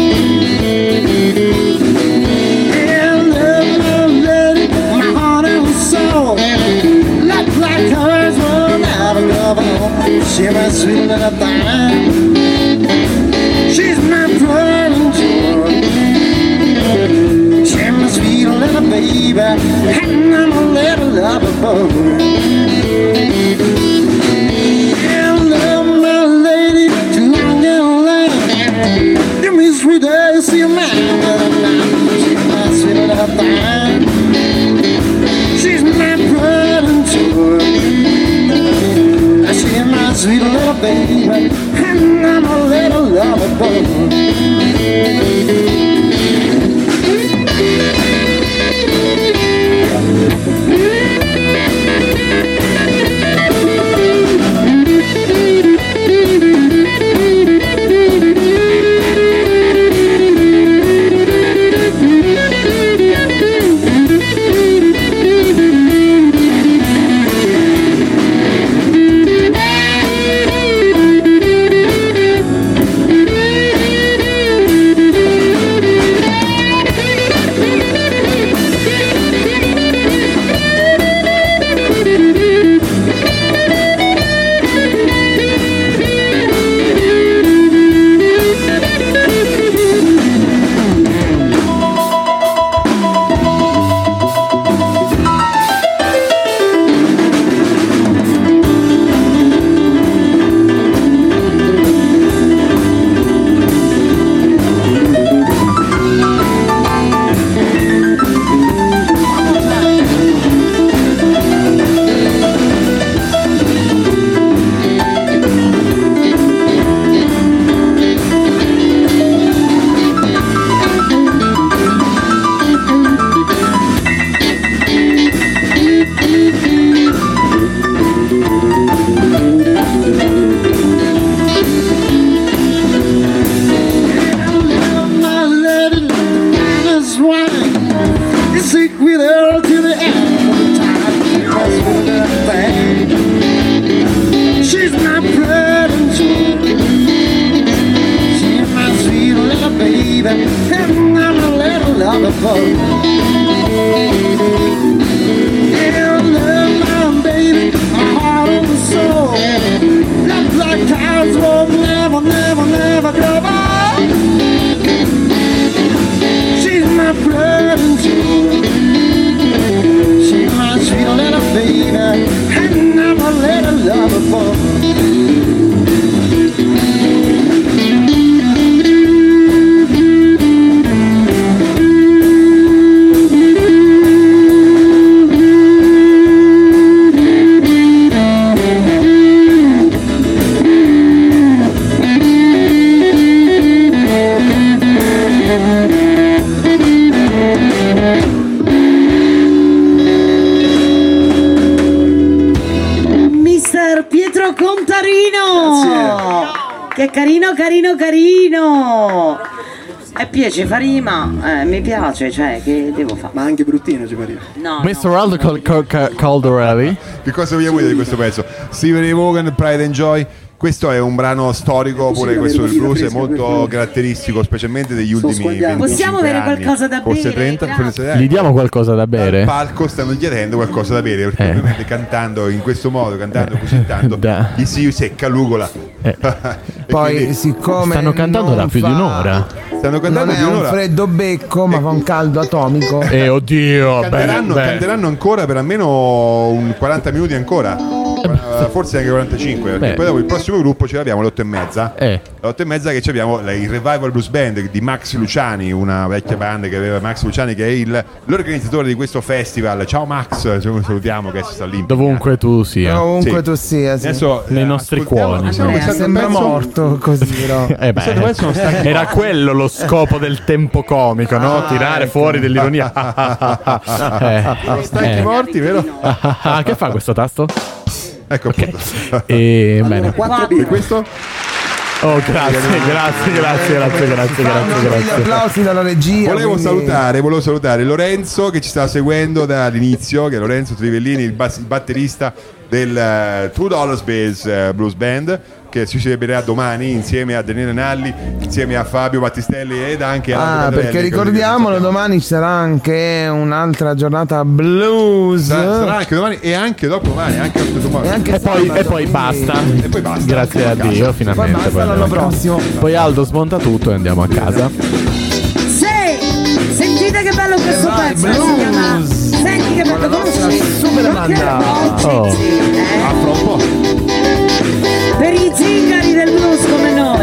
Yeah, love, love, lady, my heart and soul, like like hers will never go on. She's my sweet little thing. She's my pride and joy. She's my sweet little baby, and I'm a little lover boy. Yeah, love my lady, too long and late. Give me sweet days, see you man. She's my sweet little thing. She's my pride and joy. She's my sweet little baby, and I'm a little lover boy. love for. Yeah, love my baby, my heart and soul. Love like clouds won't never, never, never grow by. She's my blood and soul. She's my sweet little baby, and I'm a little lover for. Che carino, carino, carino. E piace fa rima, eh, mi piace, cioè, che devo fare? Ma anche bruttino ci fa rima. No, mister Aldo Cal- Cal- Cal- Caldarelli. Che cosa vogliamo dire di questo pezzo? Stevie Ray Vaughan, Pride and Joy. Questo è un brano storico, pure questo del blues è molto caratteristico, specialmente degli ultimi venti. Possiamo avere qualcosa da bere? Forse trenta, forse Gli diamo qualcosa da bere? Al palco stanno chiedendo qualcosa da bere, perché Eh. ovviamente cantando in questo modo, cantando così tanto, Da. gli si secca l'ugola. Eh. E Poi quindi siccome Stanno cantando non da più fa- di un'ora. stanno Non cantando è di un un'ora. freddo becco, ma fa un caldo atomico. E oddio, Canteranno, beh, beh. canteranno ancora per almeno un quaranta minuti ancora. Eh, forse anche quarantacinque, perché Beh. poi dopo il prossimo gruppo ce l'abbiamo alle otto e mezza. Eh. Alle otto e mezza che ci abbiamo la- il Revival Blues Band di Max Luciani, una vecchia band che aveva Max Luciani, che è il, l'organizzatore di questo festival. Ciao Max, ce lo salutiamo che sta lì. Dovunque tu sia. Ovunque Sì. tu sia, sì. Adesso Nei eh, nostri ascoltiamo- cuori. ascoltiamo Andrea, questo Sembra pezzo. morto così, però. Eh beh, Questo pezzo non sta anche- era quello lo scopo del tempo comico, no? Tirare fuori dell'ironia. eh, Stanchi eh. morti, vero? Ah, che fa questo tasto? Ecco appunto. E bene. Quattro E birre. questo? Oh, grazie, grazie, grazie, grazie, grazie, grazie, Gli grazie. applausi dalla regia. Volevo quindi- salutare, volevo salutare Lorenzo che ci sta seguendo dall'inizio, che è Lorenzo Trivellini, il, bas- il batterista del uh, Two Dollars Bass uh, Blues Band, che si celebrerà domani insieme a Daniele Nalli, insieme a Fabio Battistelli ed anche a Ah, Aldo perché Cantarelli, ricordiamolo, così che domani ci sarà anche un'altra giornata blues. sarà, sarà anche domani e anche dopodomani, anche oltre domani. E anche E poi, sabato, e poi quindi- basta. E poi basta. Grazie a Andiamo Dio, casa. finalmente. Poi basta, andiamo l'anno a casa. prossimo. Poi Aldo smonta tutto e andiamo a casa. Sì, sentite che bello questo vai, pezzo, blues. si chiama Senti che bello, conosci? super banda. Oh. Eh? Fra un po'. Per i zingari del blues come noi.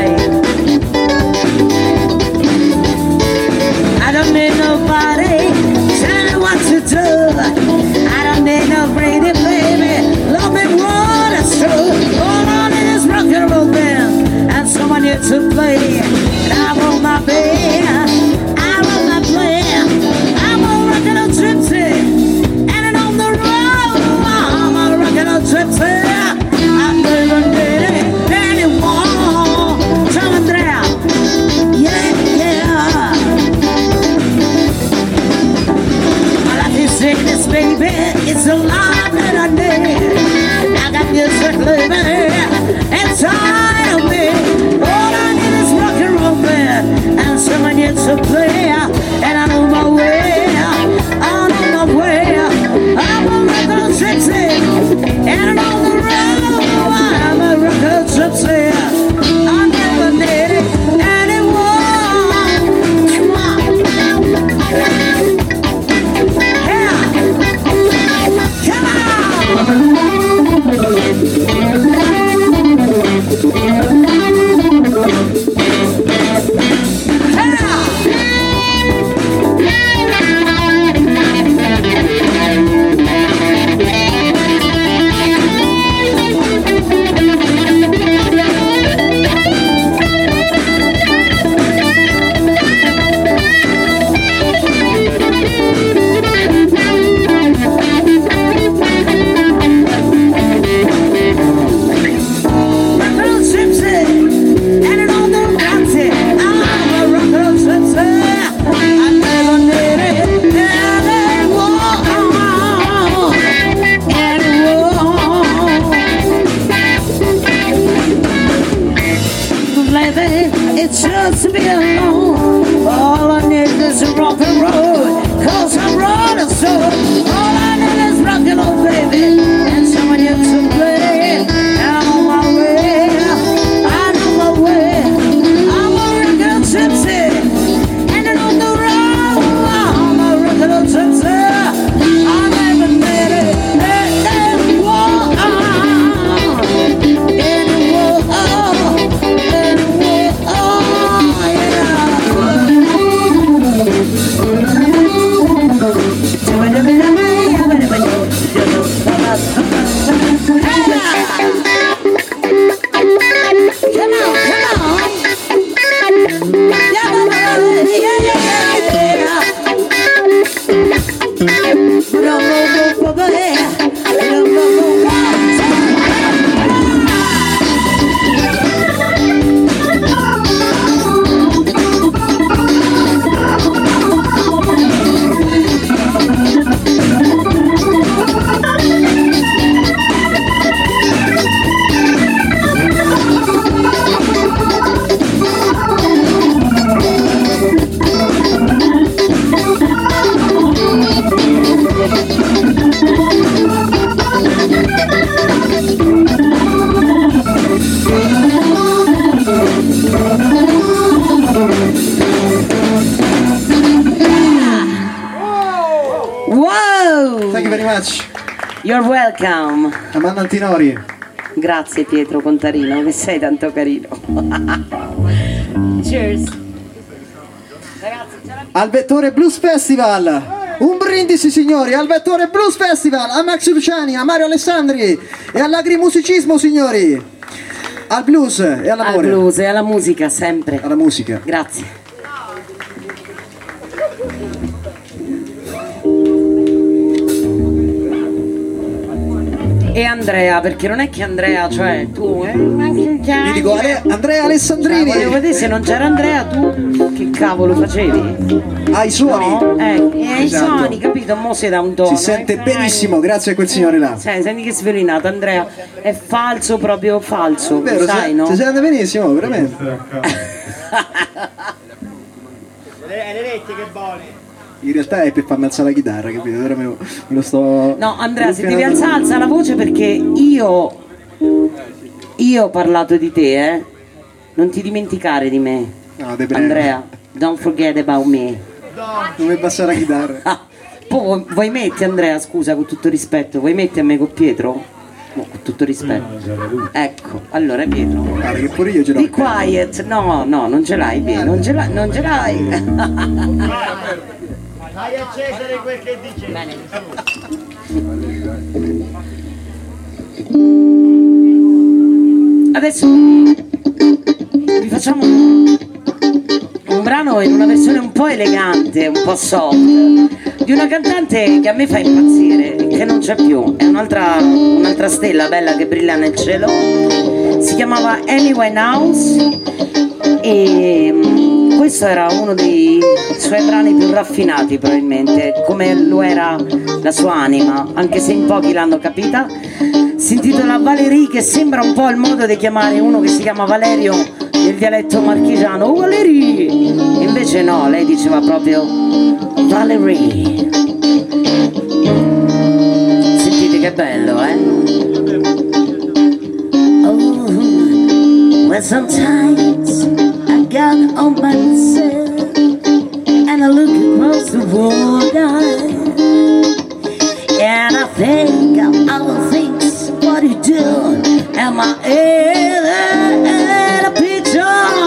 I don't need nobody tell me what to do. I don't need no pretty baby, love me what it's true. All I need is rock and roll band and someone here to play. And I roll my band, I roll my plan. I'm a rock and roll gypsy, and on the road I'm a rock and roll gypsy. I'm never ready anymore. Ciao Andrea, yeah, yeah. My life is sickness, baby. It's a life that I need. I got music living inside of me. All I need is rock and roll band and someone here to play. And I know my way. I know my way. I'm a record gypsy, and on the road I'm a record gypsy. I never need anyone. Come on. Yeah. Come on. Wow! Thank you very much. You're welcome. Amanda Antinori. Grazie Pietro Contarino, che sei tanto carino. Cheers. Al Vettore Blues Festival. Un brindisi signori, al Vettore Blues Festival, a Max Luciani, a Mario Alessandri e all'agrimusicismo signori. Al blues e all'amore. Al blues e alla musica sempre. Alla musica. Grazie. E Andrea, perché non è che Andrea, cioè tu, eh? Mi dico Ale- Andrea Alessandrini. Cioè, volevo vedere se non c'era Andrea, tu che cavolo facevi? Ai suoni. No? Eh, e ai Esatto. suoni, capito? Mo si dà un tono. Si sente eh? benissimo, grazie a quel signore là. Sai, senti che svelinato, Andrea. È falso, proprio falso. Vero, sai, si, no? si sente benissimo, veramente. Le orecchie che buone. In realtà è per farmi alzare la chitarra, capito? Ora me lo, me lo sto. No, Andrea, se devi alzare, alza la voce perché io. Io ho parlato di te, eh. Non ti dimenticare di me. No, te prego. Andrea, don't forget about me. Non mi abbassare la chitarra. Ah, poi vuoi metti Andrea, scusa, con tutto rispetto, vuoi metti a me con Pietro? No, con tutto rispetto. Ecco, allora Pietro. Guarda che pure io ce l'ho. Be quiet, no, no, non ce l'hai, Pietro, non ce l'hai, non ce l'hai. Fai a Cesare quel che dice. Adesso vi facciamo un brano in una versione un po' elegante, un po' soft, di una cantante che a me fa impazzire, che non c'è più, è un'altra, un'altra stella bella che brilla nel cielo. Si chiamava Amy Winehouse e questo era uno dei suoi brani più raffinati probabilmente, come lo era la sua anima, anche se in pochi l'hanno capita. Si intitola Valerie, che sembra un po' il modo di chiamare uno che si chiama Valerio nel dialetto marchigiano. Oh Valerie! Invece no, lei diceva proprio Valerie. Sentite che bello, eh? Oh, well sometimes I got on myself and I look across the water and I think of all the things what you do and my head and a picture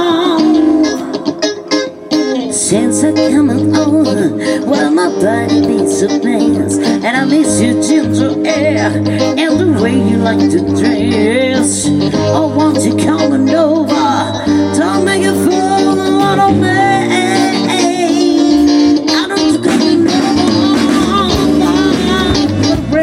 since I come on, well my body beats a dance and I miss your ginger air and the way you like to dress. Oh, won't you come on over? Don't make a fool of me. I don't come on over.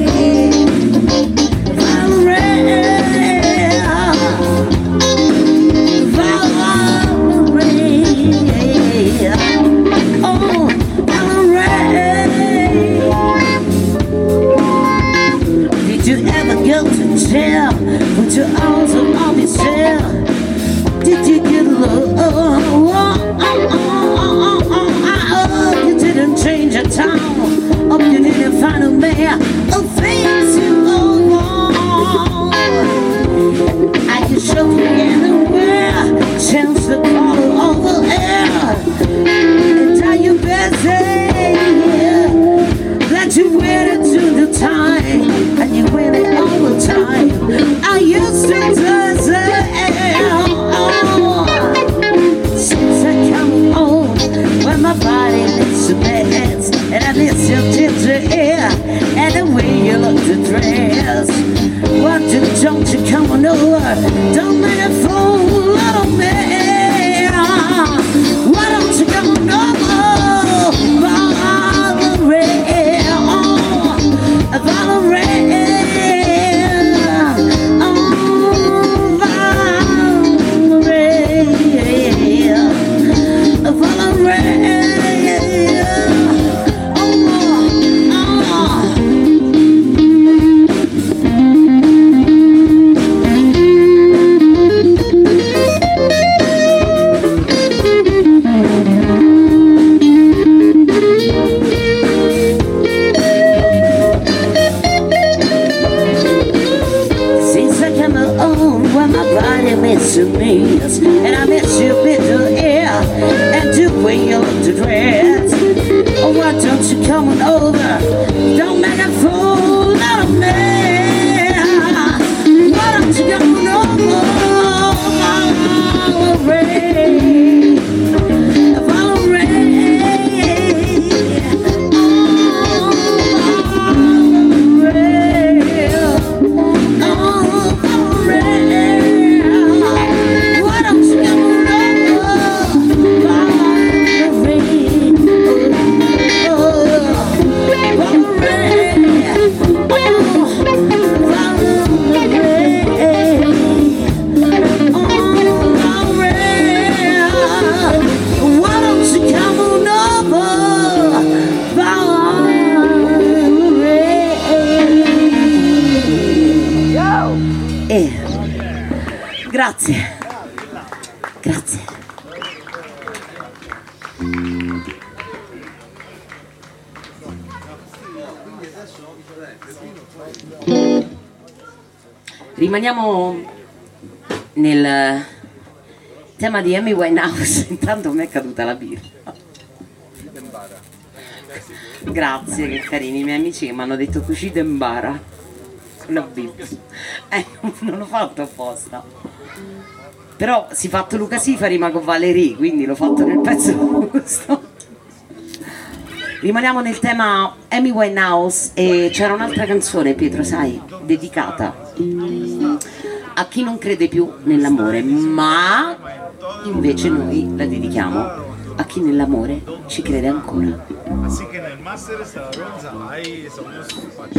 Put your arms around me, Sarah. Did you get a little? Oh, oh, oh, oh, oh, oh, you didn't change your town. Oh, you didn't find a man. Oh, things you go wrong. I can show you anywhere. Change the color of the air. And tell you better that you waited to the time. And you waited all the time. I used to say, oh, since I come home, when my body needs to dance, and I miss your ginger hair, and the way you look to dress. Why don't you come on over? Don't make a fool out of me. Why don't you come on over? Valerie, oh, Valerie. coming over. Don't make a fool out of me. Why don't you come over? Follow rain, follow rain, oh, rain, oh, rain. Why don't you come over? Follow rain, oh, follow rain, grazie, grazie. Rimaniamo nel tema di Amy Winehouse. Intanto mi è caduta la birra. Grazie, che carini i miei amici che mi hanno detto cucito in bara. Una birra. Eh, non l'ho fatto apposta. Però si è fatto Luca Sifa rima con Valerie, quindi l'ho fatto nel pezzo giusto. Rimaniamo nel tema Amy Winehouse e c'era un'altra canzone, Pietro, sai, dedicata a chi non crede più nell'amore, ma invece noi la dedichiamo a chi nell'amore ci crede ancora. Así que en el máster está bronza, ahí somos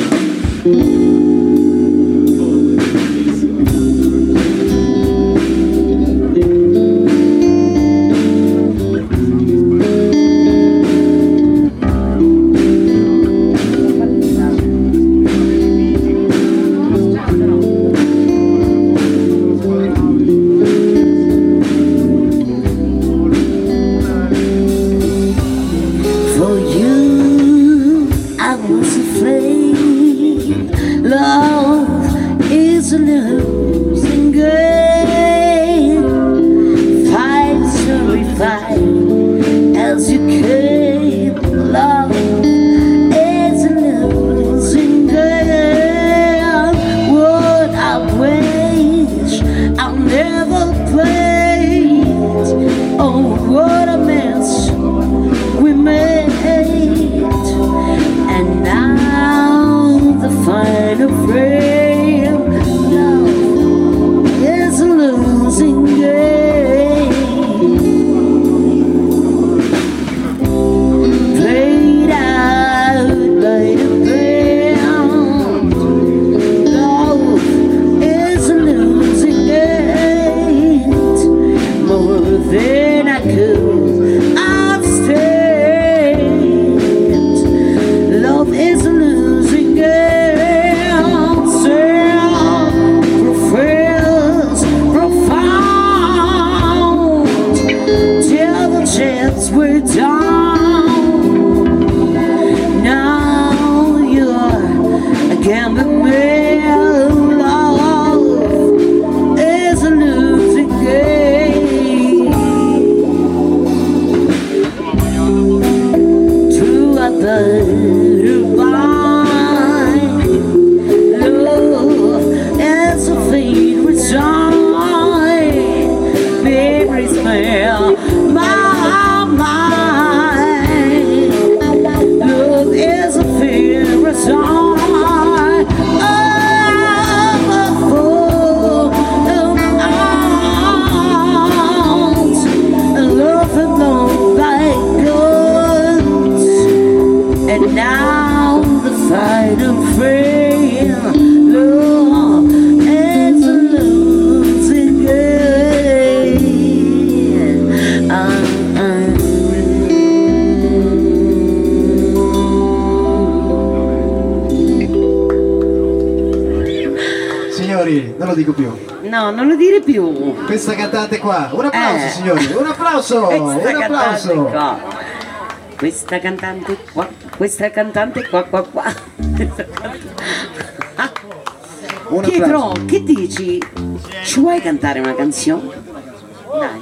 non lo dico più. No, non lo dire più. Questa cantante qua. Un applauso, eh. signori. Un applauso. Questa un applauso. Qua. Questa cantante qua. Questa cantante qua qua qua. Pietro, che dici? Ci vuoi cantare una canzone? Dai.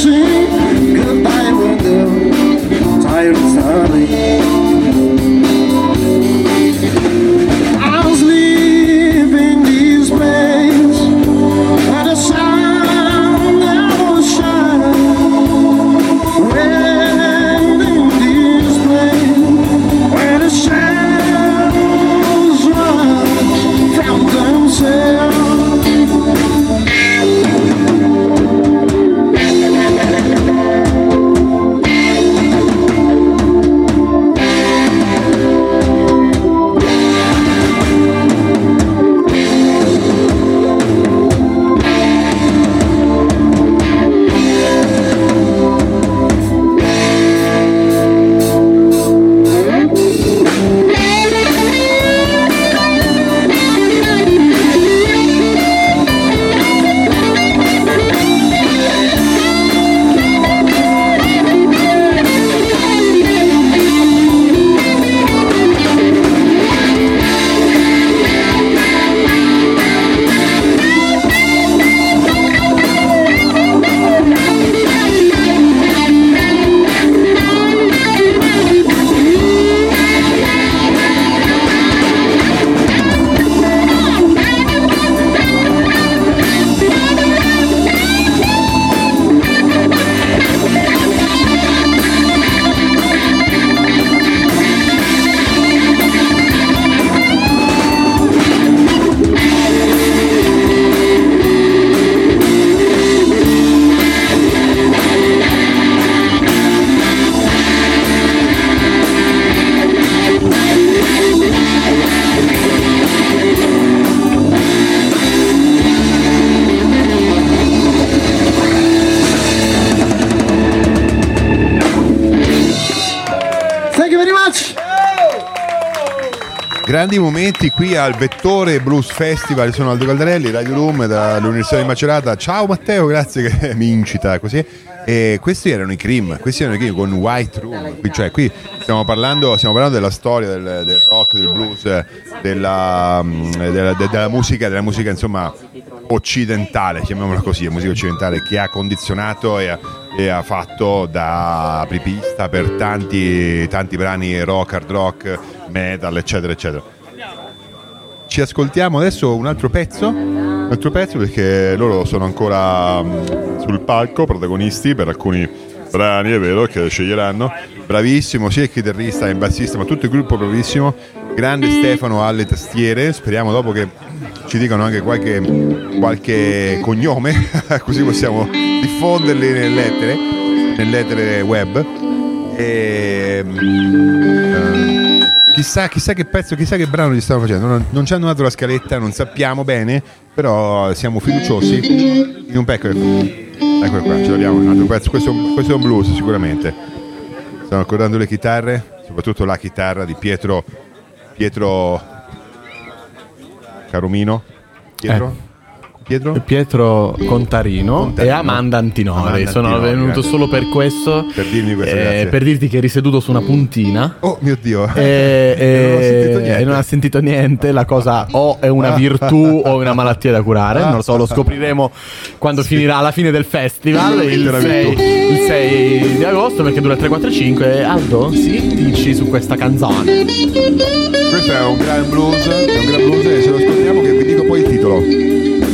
sing goodbye when the tide is starting. I was leaving this place where the sun never shines. Waiting this place where the shadows run from themselves. Grandi momenti qui al Vettore Blues Festival. Sono Aldo Caldarelli, Radio Room dall'Università di Macerata. Ciao Matteo, grazie che mi incita così. E questi erano i Cream, questi erano i Cream con White Room. Qui, cioè, qui stiamo parlando, stiamo parlando della storia del, del rock, del blues, della, della, della musica, della musica insomma occidentale, chiamiamola così, la musica occidentale che ha condizionato e ha, e ha fatto da apripista per tanti, tanti brani rock, hard rock, metal, eccetera, eccetera. Ci ascoltiamo adesso un altro pezzo, un altro pezzo perché loro sono ancora sul palco, protagonisti per alcuni brani, è vero, che sceglieranno. Bravissimo, sia il chitarrista che il bassista, ma tutto il gruppo bravissimo. Grande Stefano alle tastiere, speriamo dopo che ci dicano anche qualche, qualche cognome, così possiamo diffonderli nelle lettere, nelle lettere web. E, uh, chissà, chissà che pezzo, chissà che brano gli stanno facendo. Non, non ci hanno dato la scaletta, non sappiamo bene, però siamo fiduciosi in un pezzo. Ecco qua, ce l'abbiamo, un altro pezzo. Questo, questo è un blues sicuramente. Stanno accordando le chitarre, soprattutto la chitarra di Pietro Pietro Caromino Pietro eh. Pietro? Pietro Contarino, Contarino e Amanda Antinori. Amanda Sono Antinori, venuto grazie. Solo per questo, per dirmi questo, eh, per dirti che eri seduto su una puntina. Oh mio Dio! E, e, e non ha sentito niente. La cosa o è una virtù o una malattia da curare. Non lo so, lo scopriremo quando sì. finirà alla fine del festival il sei, il sei di agosto, perché dura tre, quattro, cinque. Aldo, sì, dici su questa canzone. Questo è un gran blues, è un gran blues e se lo ascoltiamo che vi dico poi il titolo.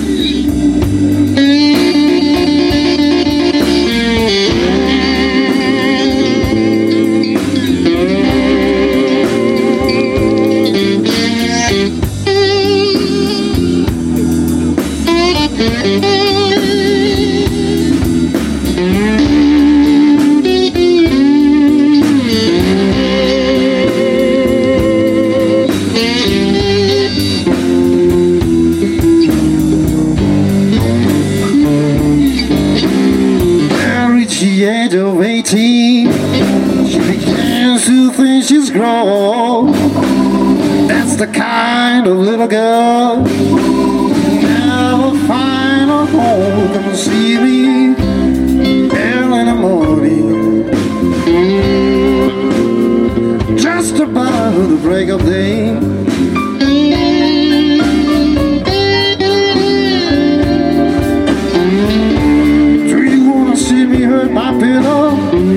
That's the kind of little girl never find a home. Come see me early in the morning, just about the break of day. Do you wanna see me hurt heard my pillow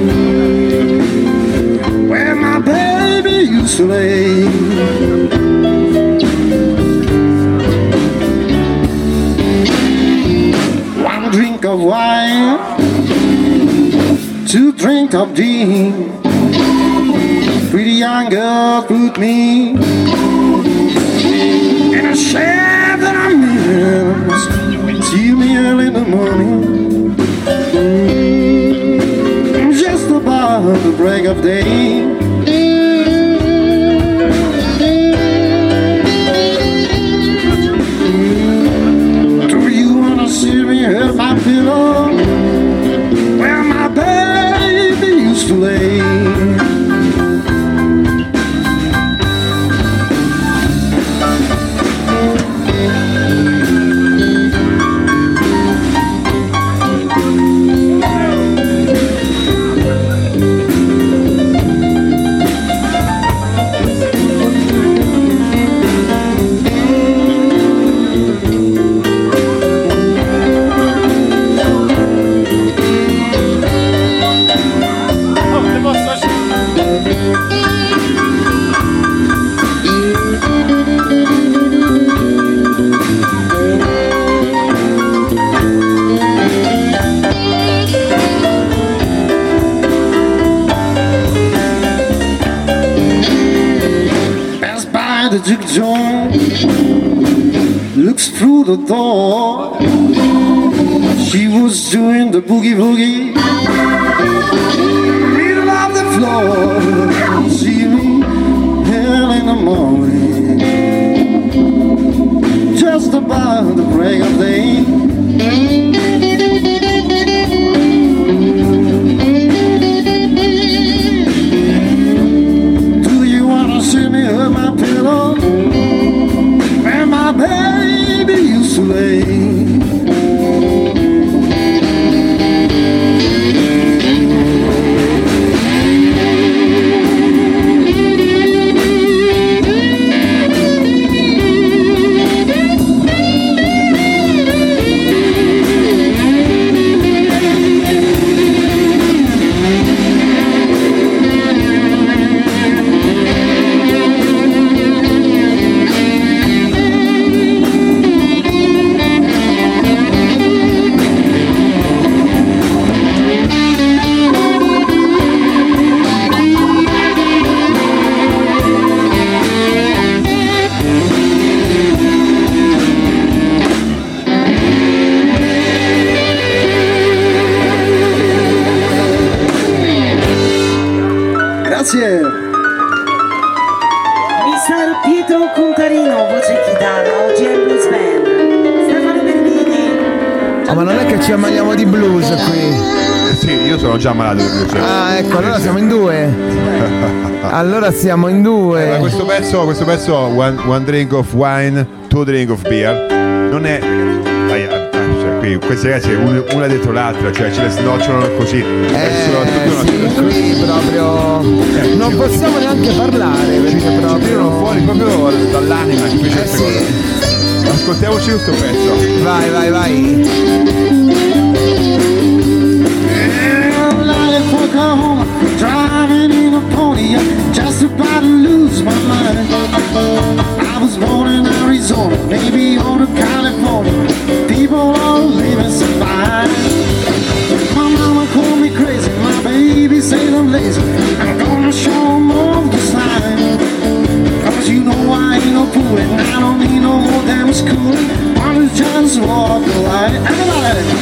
where my baby used to lay. One drink of wine, two drink of gin. Pretty young girl put me in a shed that I'm in. See me early in the morning, just about the break of day. Do you wanna see me hurt my pillow where my baby used to lay? The juke joint looks through the door. She was doing the boogie boogie, middle of the floor. See me early in the morning, just about the break of day. Do you wanna see me hurt my pillow where my baby used to lay? Grazie. Mister Pietro Concarino, voce e chitarra, oggi è Blues Band. Stefano Bernini. Oh, ma non è che ci ammaliamo di blues qui. Sì, io sono già malato di blues. Ah, ecco, allora siamo in due. Allora siamo in due. Allora, questo pezzo, questo pezzo one, one drink of wine, two drink of beer, non è. Dai, cioè, qui questi ragazzi una dietro l'altra, cioè ce le snocciolano così. Eh, sì, qui proprio eh, non possiamo neanche parlare perché ci, proprio ci tirano fuori proprio dall'anima di queste eh, sì. cose. Ascoltiamoci questo pezzo. Vai, vai, vai. Driving in a pony, just about to lose my mind. I was born in Arizona, maybe on to California. People are living so fine. My mama called me crazy, my baby said I'm lazy. I'm gonna show them all the sign. Cause you know I ain't no fool and I don't need no more damn schooling. Why don't you just walk the line? Everybody!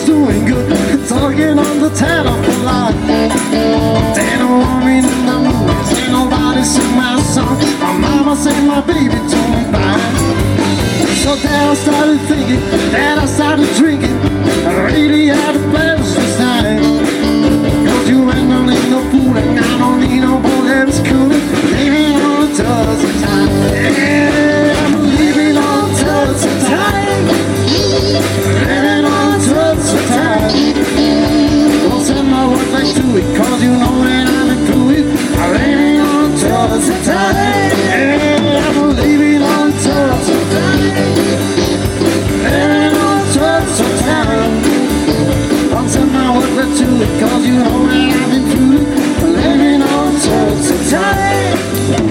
doing good, talking on the telephone line. They don't want me in the movies, ain't nobody sing my song. My mama said my baby don't mind. So then I started thinking, then I started drinking. I really had a blast this time. Cause you ain't no need no food and I don't need no boy that's cool. Living on the touch of time. Yeah, I'm living on the touch of time. Living on the touch of time. Don't send my work back to it, cause you know that I'm into it. I'm living on the touch of time. Yeah, I'm living on the touch of time. Living on the touch of time. Don't send my work back to it, cause you know that I'm into it. I'm living on the touch of time.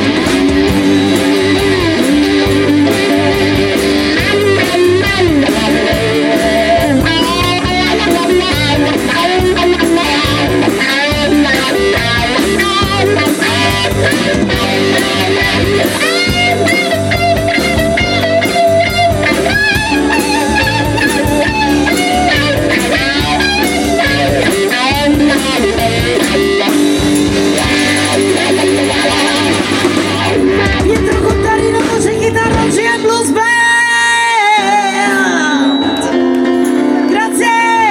Pietro Cottarino, voce e chitarra, G M Blues Band. Grazie.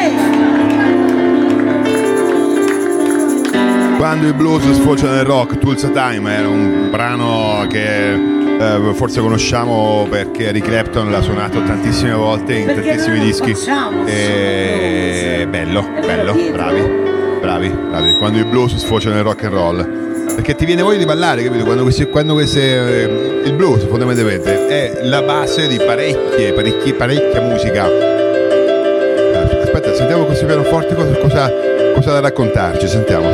Quando il blues sfocia nel rock, Tulsa Time era un brano che eh, forse conosciamo perché Eric Clapton l'ha suonato tantissime volte in Perché tantissimi noi lo dischi. facciamo, E bello, È vero, bello, Pietro. bravi, bravi, bravi. Quando il blues sfocia nel rock and roll. Perché ti viene voglia di ballare, capito? Quando, questi, quando queste, eh, il blues fondamentalmente è la base di parecchie, parecchie, parecchia musica. Eh, Aspetta, sentiamo questo pianoforte cosa, cosa, cosa da raccontarci, sentiamo.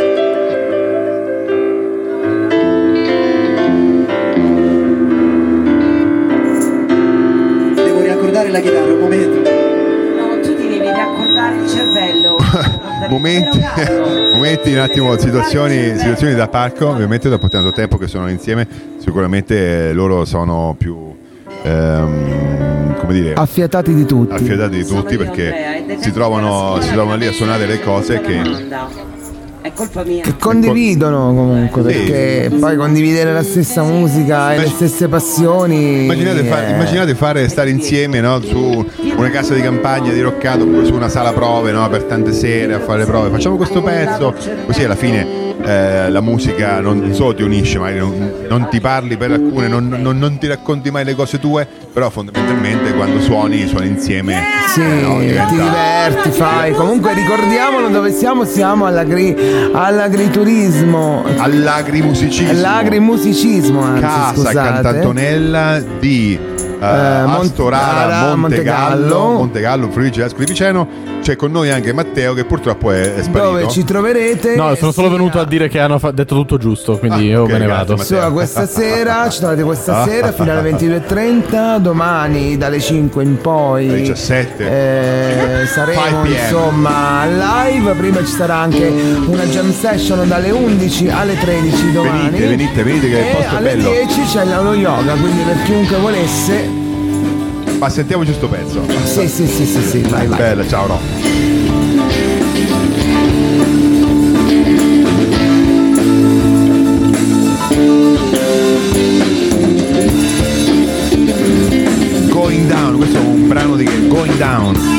Devo riaccordare la chitarra, un momento. No, tu ti devi riaccordare il cervello. Momenti, momenti un attimo, situazioni, situazioni da parco, ovviamente dopo tanto tempo che sono insieme, sicuramente eh, loro sono più ehm, come dire Affiatati di tutti. affiatati di tutti perché si trovano, si trovano lì a suonare delle cose che È colpa mia. Che condividono comunque, perché poi condividere la stessa musica e le stesse passioni. Immaginate, fa- eh, immaginate fare stare insieme, no, su una casa di campagna diroccato oppure su una sala prove, no, per tante sere a fare le prove. Facciamo questo pezzo, così alla fine eh, la musica non solo ti unisce, magari non, non ti parli per alcune, non, non- non ti racconti mai le cose tue, però fondamentalmente quando suoni, suoni insieme. Sì, no, diventa- ti diverti, fai. Comunque ricordiamolo dove siamo, siamo all'agri, all'agriturismo. All'agrimusicismo. All'agrimusicismo, anzi, Casa scusate. Cantantonella di eh, Astorara, Montegallo, Montegallo, Montegallo, Friuli Ascoli Piceno. C'è con noi anche Matteo che purtroppo è, è sparito. Dove ci troverete? No, sono solo venuto a dire che hanno fa- detto tutto giusto, quindi Ah, io ok, me ne grazie, vado. Matteo. Solo questa sera, ci trovate questa sera fino alle ventidue e trenta, domani dalle cinque in poi Alle diciassette. eh, saremo five p m. insomma live, prima ci sarà anche una jam session dalle undici alle tredici domani. Venite, venite, venite che il e posto è alle bello. dieci c'è lo yoga, quindi per chiunque volesse. Ma sentiamoci sto pezzo. Sì, sì, sì, sì, sì, vai, vai. Bella, ciao, no. Going Down, questo è un brano di Going Down.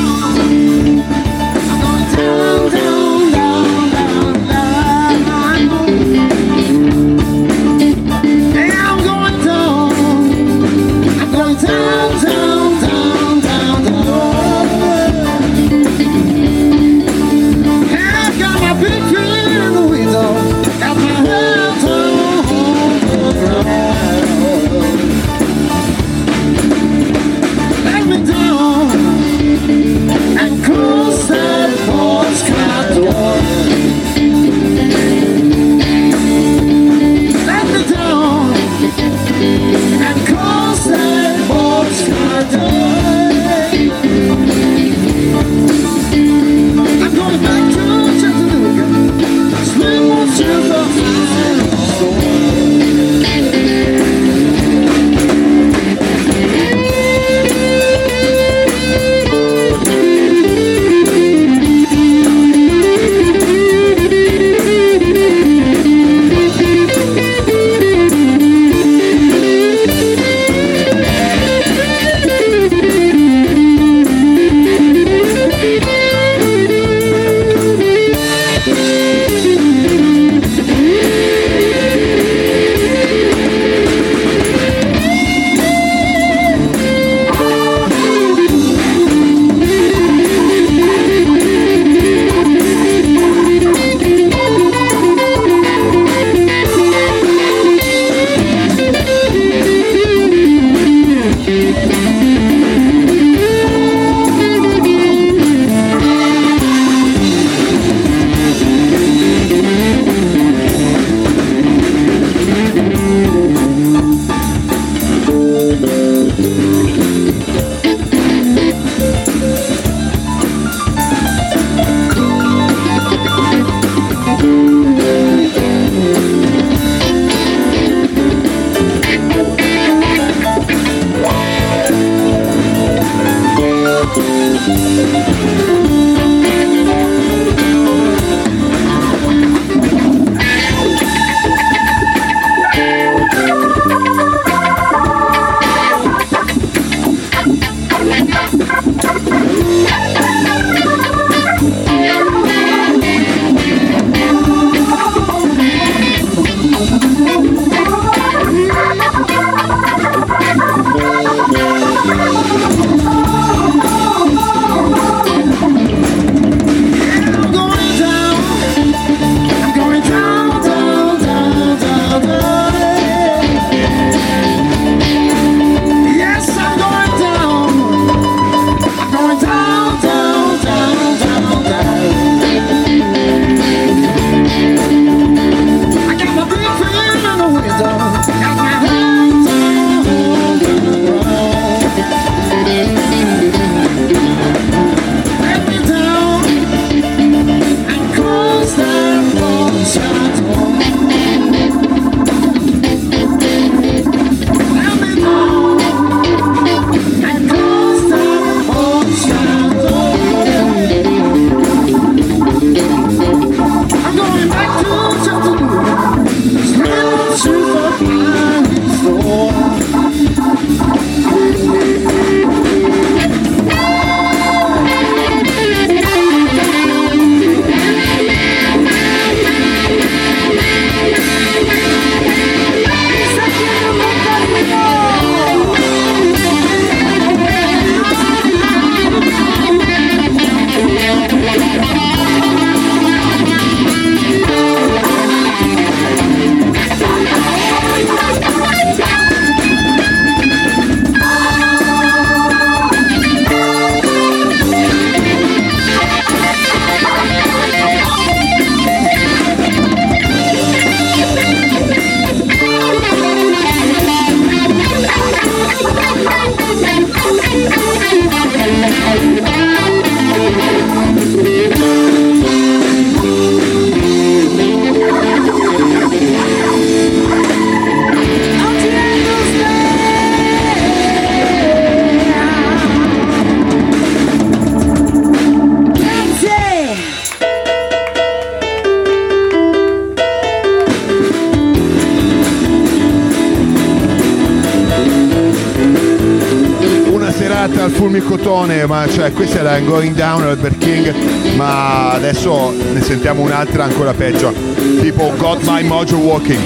Al Fulmicotone, ma cioè questa era Going Down Albert King, ma adesso ne sentiamo un'altra ancora peggio, tipo Got My Mojo Walking,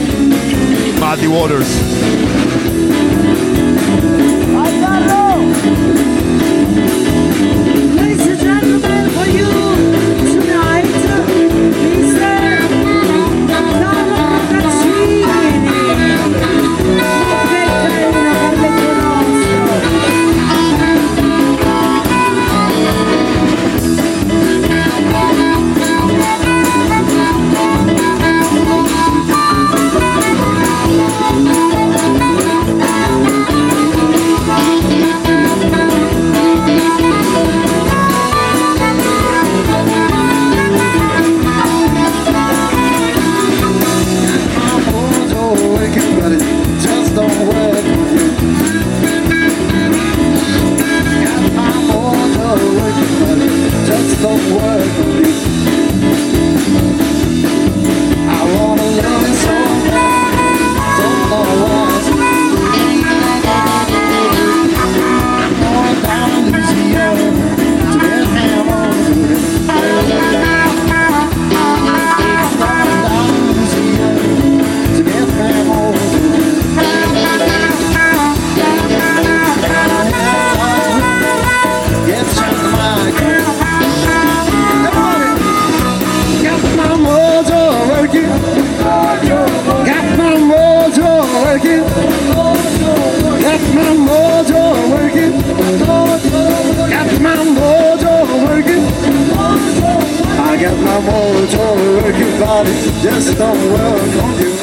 Muddy Waters. Just don't work on you.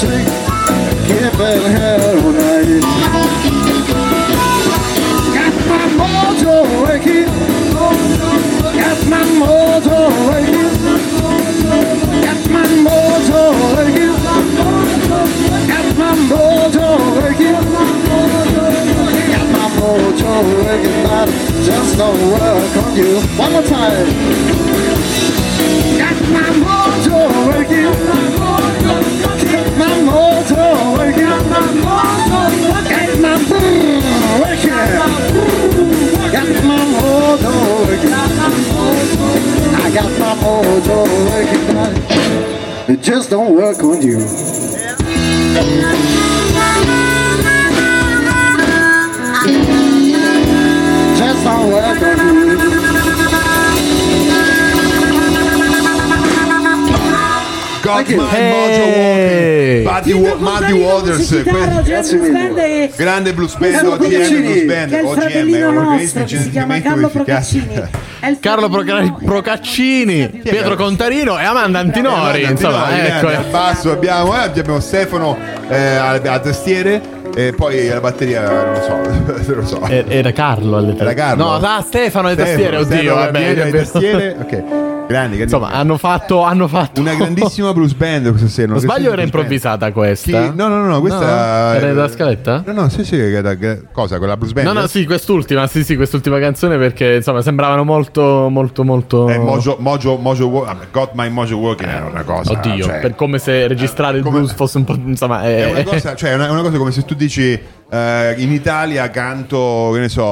music, keeping her all night. Got my mojo working, got my mojo working, got my mojo working, got my mojo working, got my mojo working, but just don't work on you. One more time. Got my mojo working, got my mojo working, got my mojo working, got my mojo working. I got my mojo working, but it just don't work on you. Just don't work on you. Got my mojo walking. Buddy Wa- Muddy Waters, que- grande blues band, O G M Blues Band. O G M è un organismo geneticamente modificato. Carlo Proca- Procaccini, Pietro Contarino e Amanda Antinori. Insomma, ecco. Al basso abbiamo, eh, abbiamo Stefano eh, alle tastiere. E poi la batteria non lo so, non lo so. Era Carlo alle Era Carlo. No, ah, Stefano alle tastiere, oddio, Stefano, vabbè. alle tastiere. Ok. Grandi, grandi. Insomma, hanno fatto, hanno fatto una grandissima blues band questa sera. Non sbaglio, era improvvisata band. Questa? Sì, no, no, no, questa no? Era della scaletta? No, no, sì, sì, era, cosa, quella blues band? No, no, sì, quest'ultima, sì, sì, quest'ultima canzone perché insomma sembravano molto, molto, molto. Eh, Mojo, Mojo, Mojo, Got My Mojo Working era una cosa. Oddio, cioè, per come se registrare il come, blues fosse un po', insomma, è, è una cosa, cioè, è una, una cosa come se tu dici uh, in Italia canto, che ne so,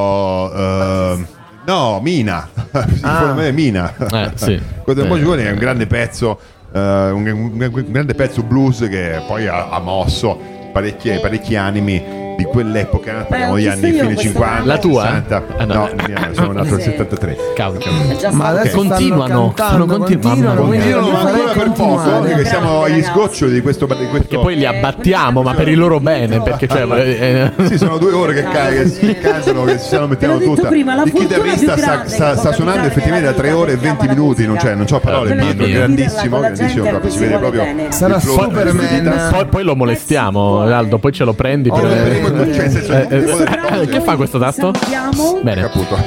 uh, no, Mina. Secondo me è Mina. Eh, sì. Questo eh, Mojo è un grande pezzo, uh, un, un, un grande pezzo blues che poi ha, ha mosso parecchi, parecchi animi di quell'epoca, parliamo degli anni fine cinquanta. La tua? sessanta. Ah, no, no mia, sono nato nel settantatré. Cavolo. Ma adesso okay. continuano, stanno continu- continuano, continuano ancora per poco, perché siamo agli sgoccioli di questo, di questo. Che poi li abbattiamo, ma per il loro bene, perché cioè eh, sì, sono due ore che, ca- che si cantano, che si stanno mettendo tutta. Il chitarrista sta, sta, sta suonando effettivamente da tre ore e venti minuti, non c'è, non c'ho parole, è grandissimo, grandissimo proprio, si vede proprio. Sarà Superman. Poi, poi lo molestiamo, Aldo, poi ce lo prendi per... cioè, nel senso, Eh, eh, che fa questo tasto? Bene.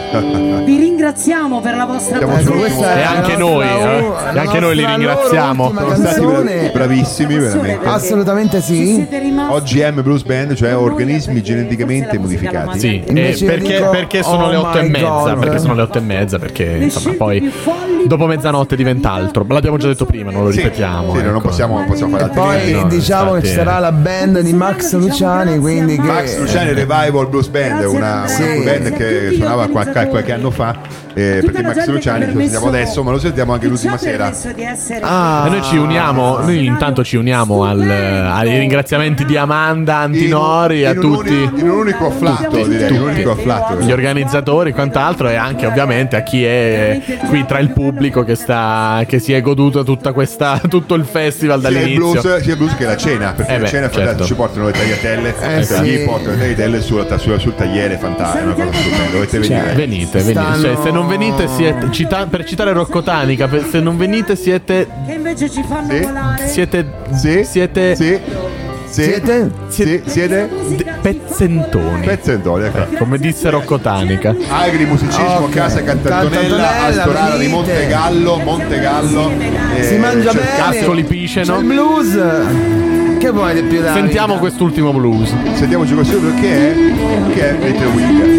Vi ringraziamo per la vostra presenza. E anche noi, eh? E anche noi li ringraziamo. Sono stati bravissimi, veramente. Assolutamente sì. O G M Blues Band, cioè organismi geneticamente modificati. Sì, eh, perché, dico, perché sono oh le otto e mezza. God. Perché sono le otto e mezza. Perché insomma, poi dopo mezzanotte diventa altro. L'abbiamo già detto prima, non lo ripetiamo. Sì, ecco. non possiamo, non possiamo fare altrimenti. Poi no, diciamo infatti, che ci sarà la band di Max Luciani, quindi che... Max Luciani Revival Blues Band, una, Sì. una band che suonava qualche, qualche anno fa, eh, perché Max Luciani lo sentiamo adesso, ma lo sentiamo anche l'ultima sera. Ah, e noi ci uniamo, noi intanto ci uniamo al, ai ringraziamenti di Amanda Antinori, in, a in tutti, un unico, in un unico afflatto, tutti, direi, tutti. in un unico afflatto. Gli organizzatori e quant'altro, e anche ovviamente a chi è qui tra il pubblico che sta, che si è goduto tutta questa, tutto il festival dall'inizio. Sia il blues, sia il blues che la cena, perché Eh la beh, cena certo. ci portano le tagliatelle, Eh, eh, sì. gli portano le tagliatelle sul, sul, sul tagliere, fantastico, è una cosa stupenda, dovete venire. Cioè, venite, venite. Stanno- Cioè, se non venite siete cita- per citare Rocco Tanica, per- se non venite siete che invece ci fanno Sì. volare. siete Sì, siete sì, sì, Siete? sì, siete de- pezzentoni. pezzentoni, ecco. Come disse Rocco Tanica. Agri Musicismo, Ok. Casa Cantantonella, Cantantonella, Astorana di venite. Montegallo, Montegallo. eh, Si mangia c'è il bene. Castro Cascoli C'è Piceno. il blues. Che vuoi di più da Sentiamo quest'ultimo blues. Sentiamoci questo che è che è Little Wing.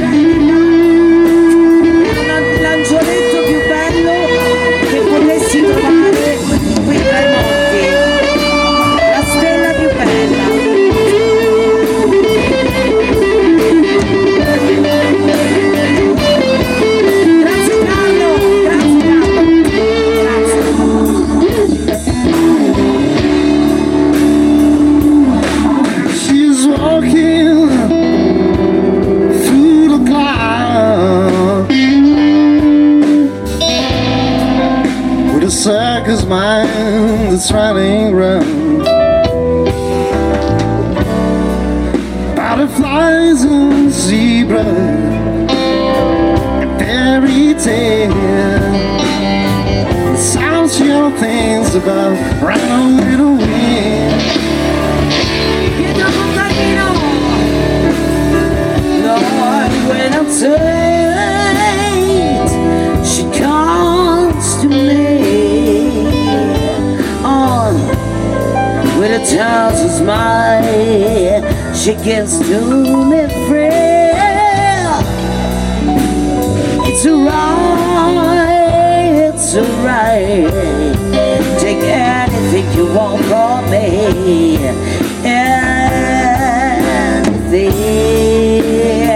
Un l'angioletto più bello che potessi trovare qui tra i monti, la stella più bella. Grazie Carlo, grazie Carlo. She's walking through the clouds with a circus mind that's running round. Butterflies and zebras and fairy tales. Sounds she all thinks about running with the wind. lean on. Lord, when I'm tired, she comes to me. On with a thousand smile, she gives to me free. It's alright, it's alright. Take anything you want from me. Anything.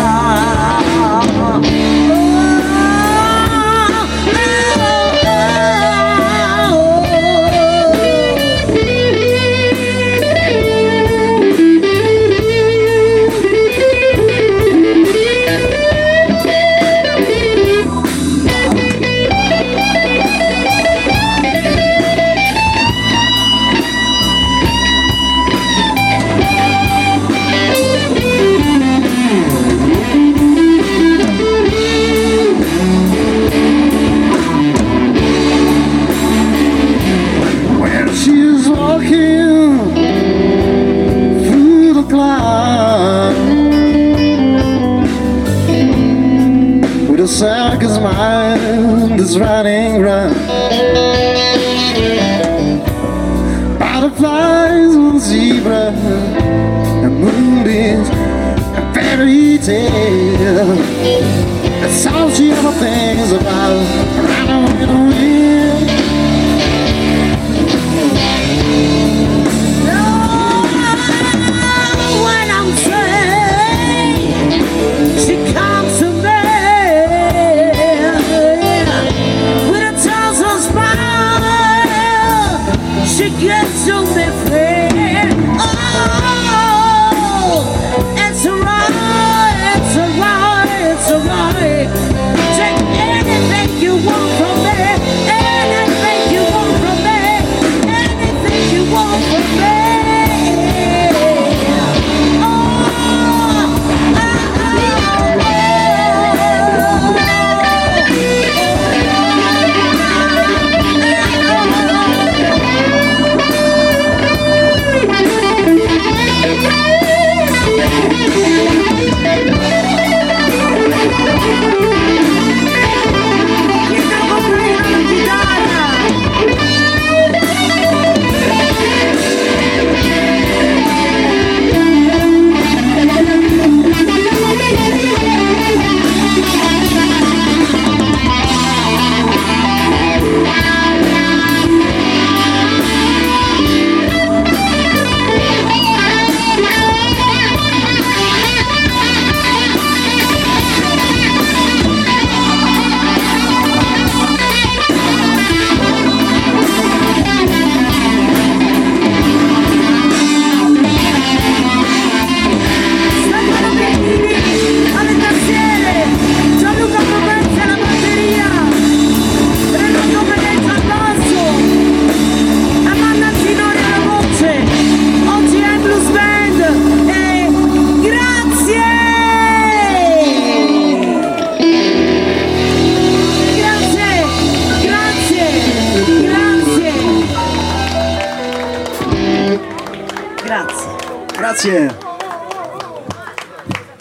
Circus mind is running round. Butterflies on zebra and moonbeams and fairy tale. That's all she ever thinks about. Running with the wind. No, when I'm sad, she comes to me. She gets on me free. Oh, it's alright, it's alright, it's alright. Take anything you want from me, anything you want from me, anything you want from me. Oh, oh, Grazie.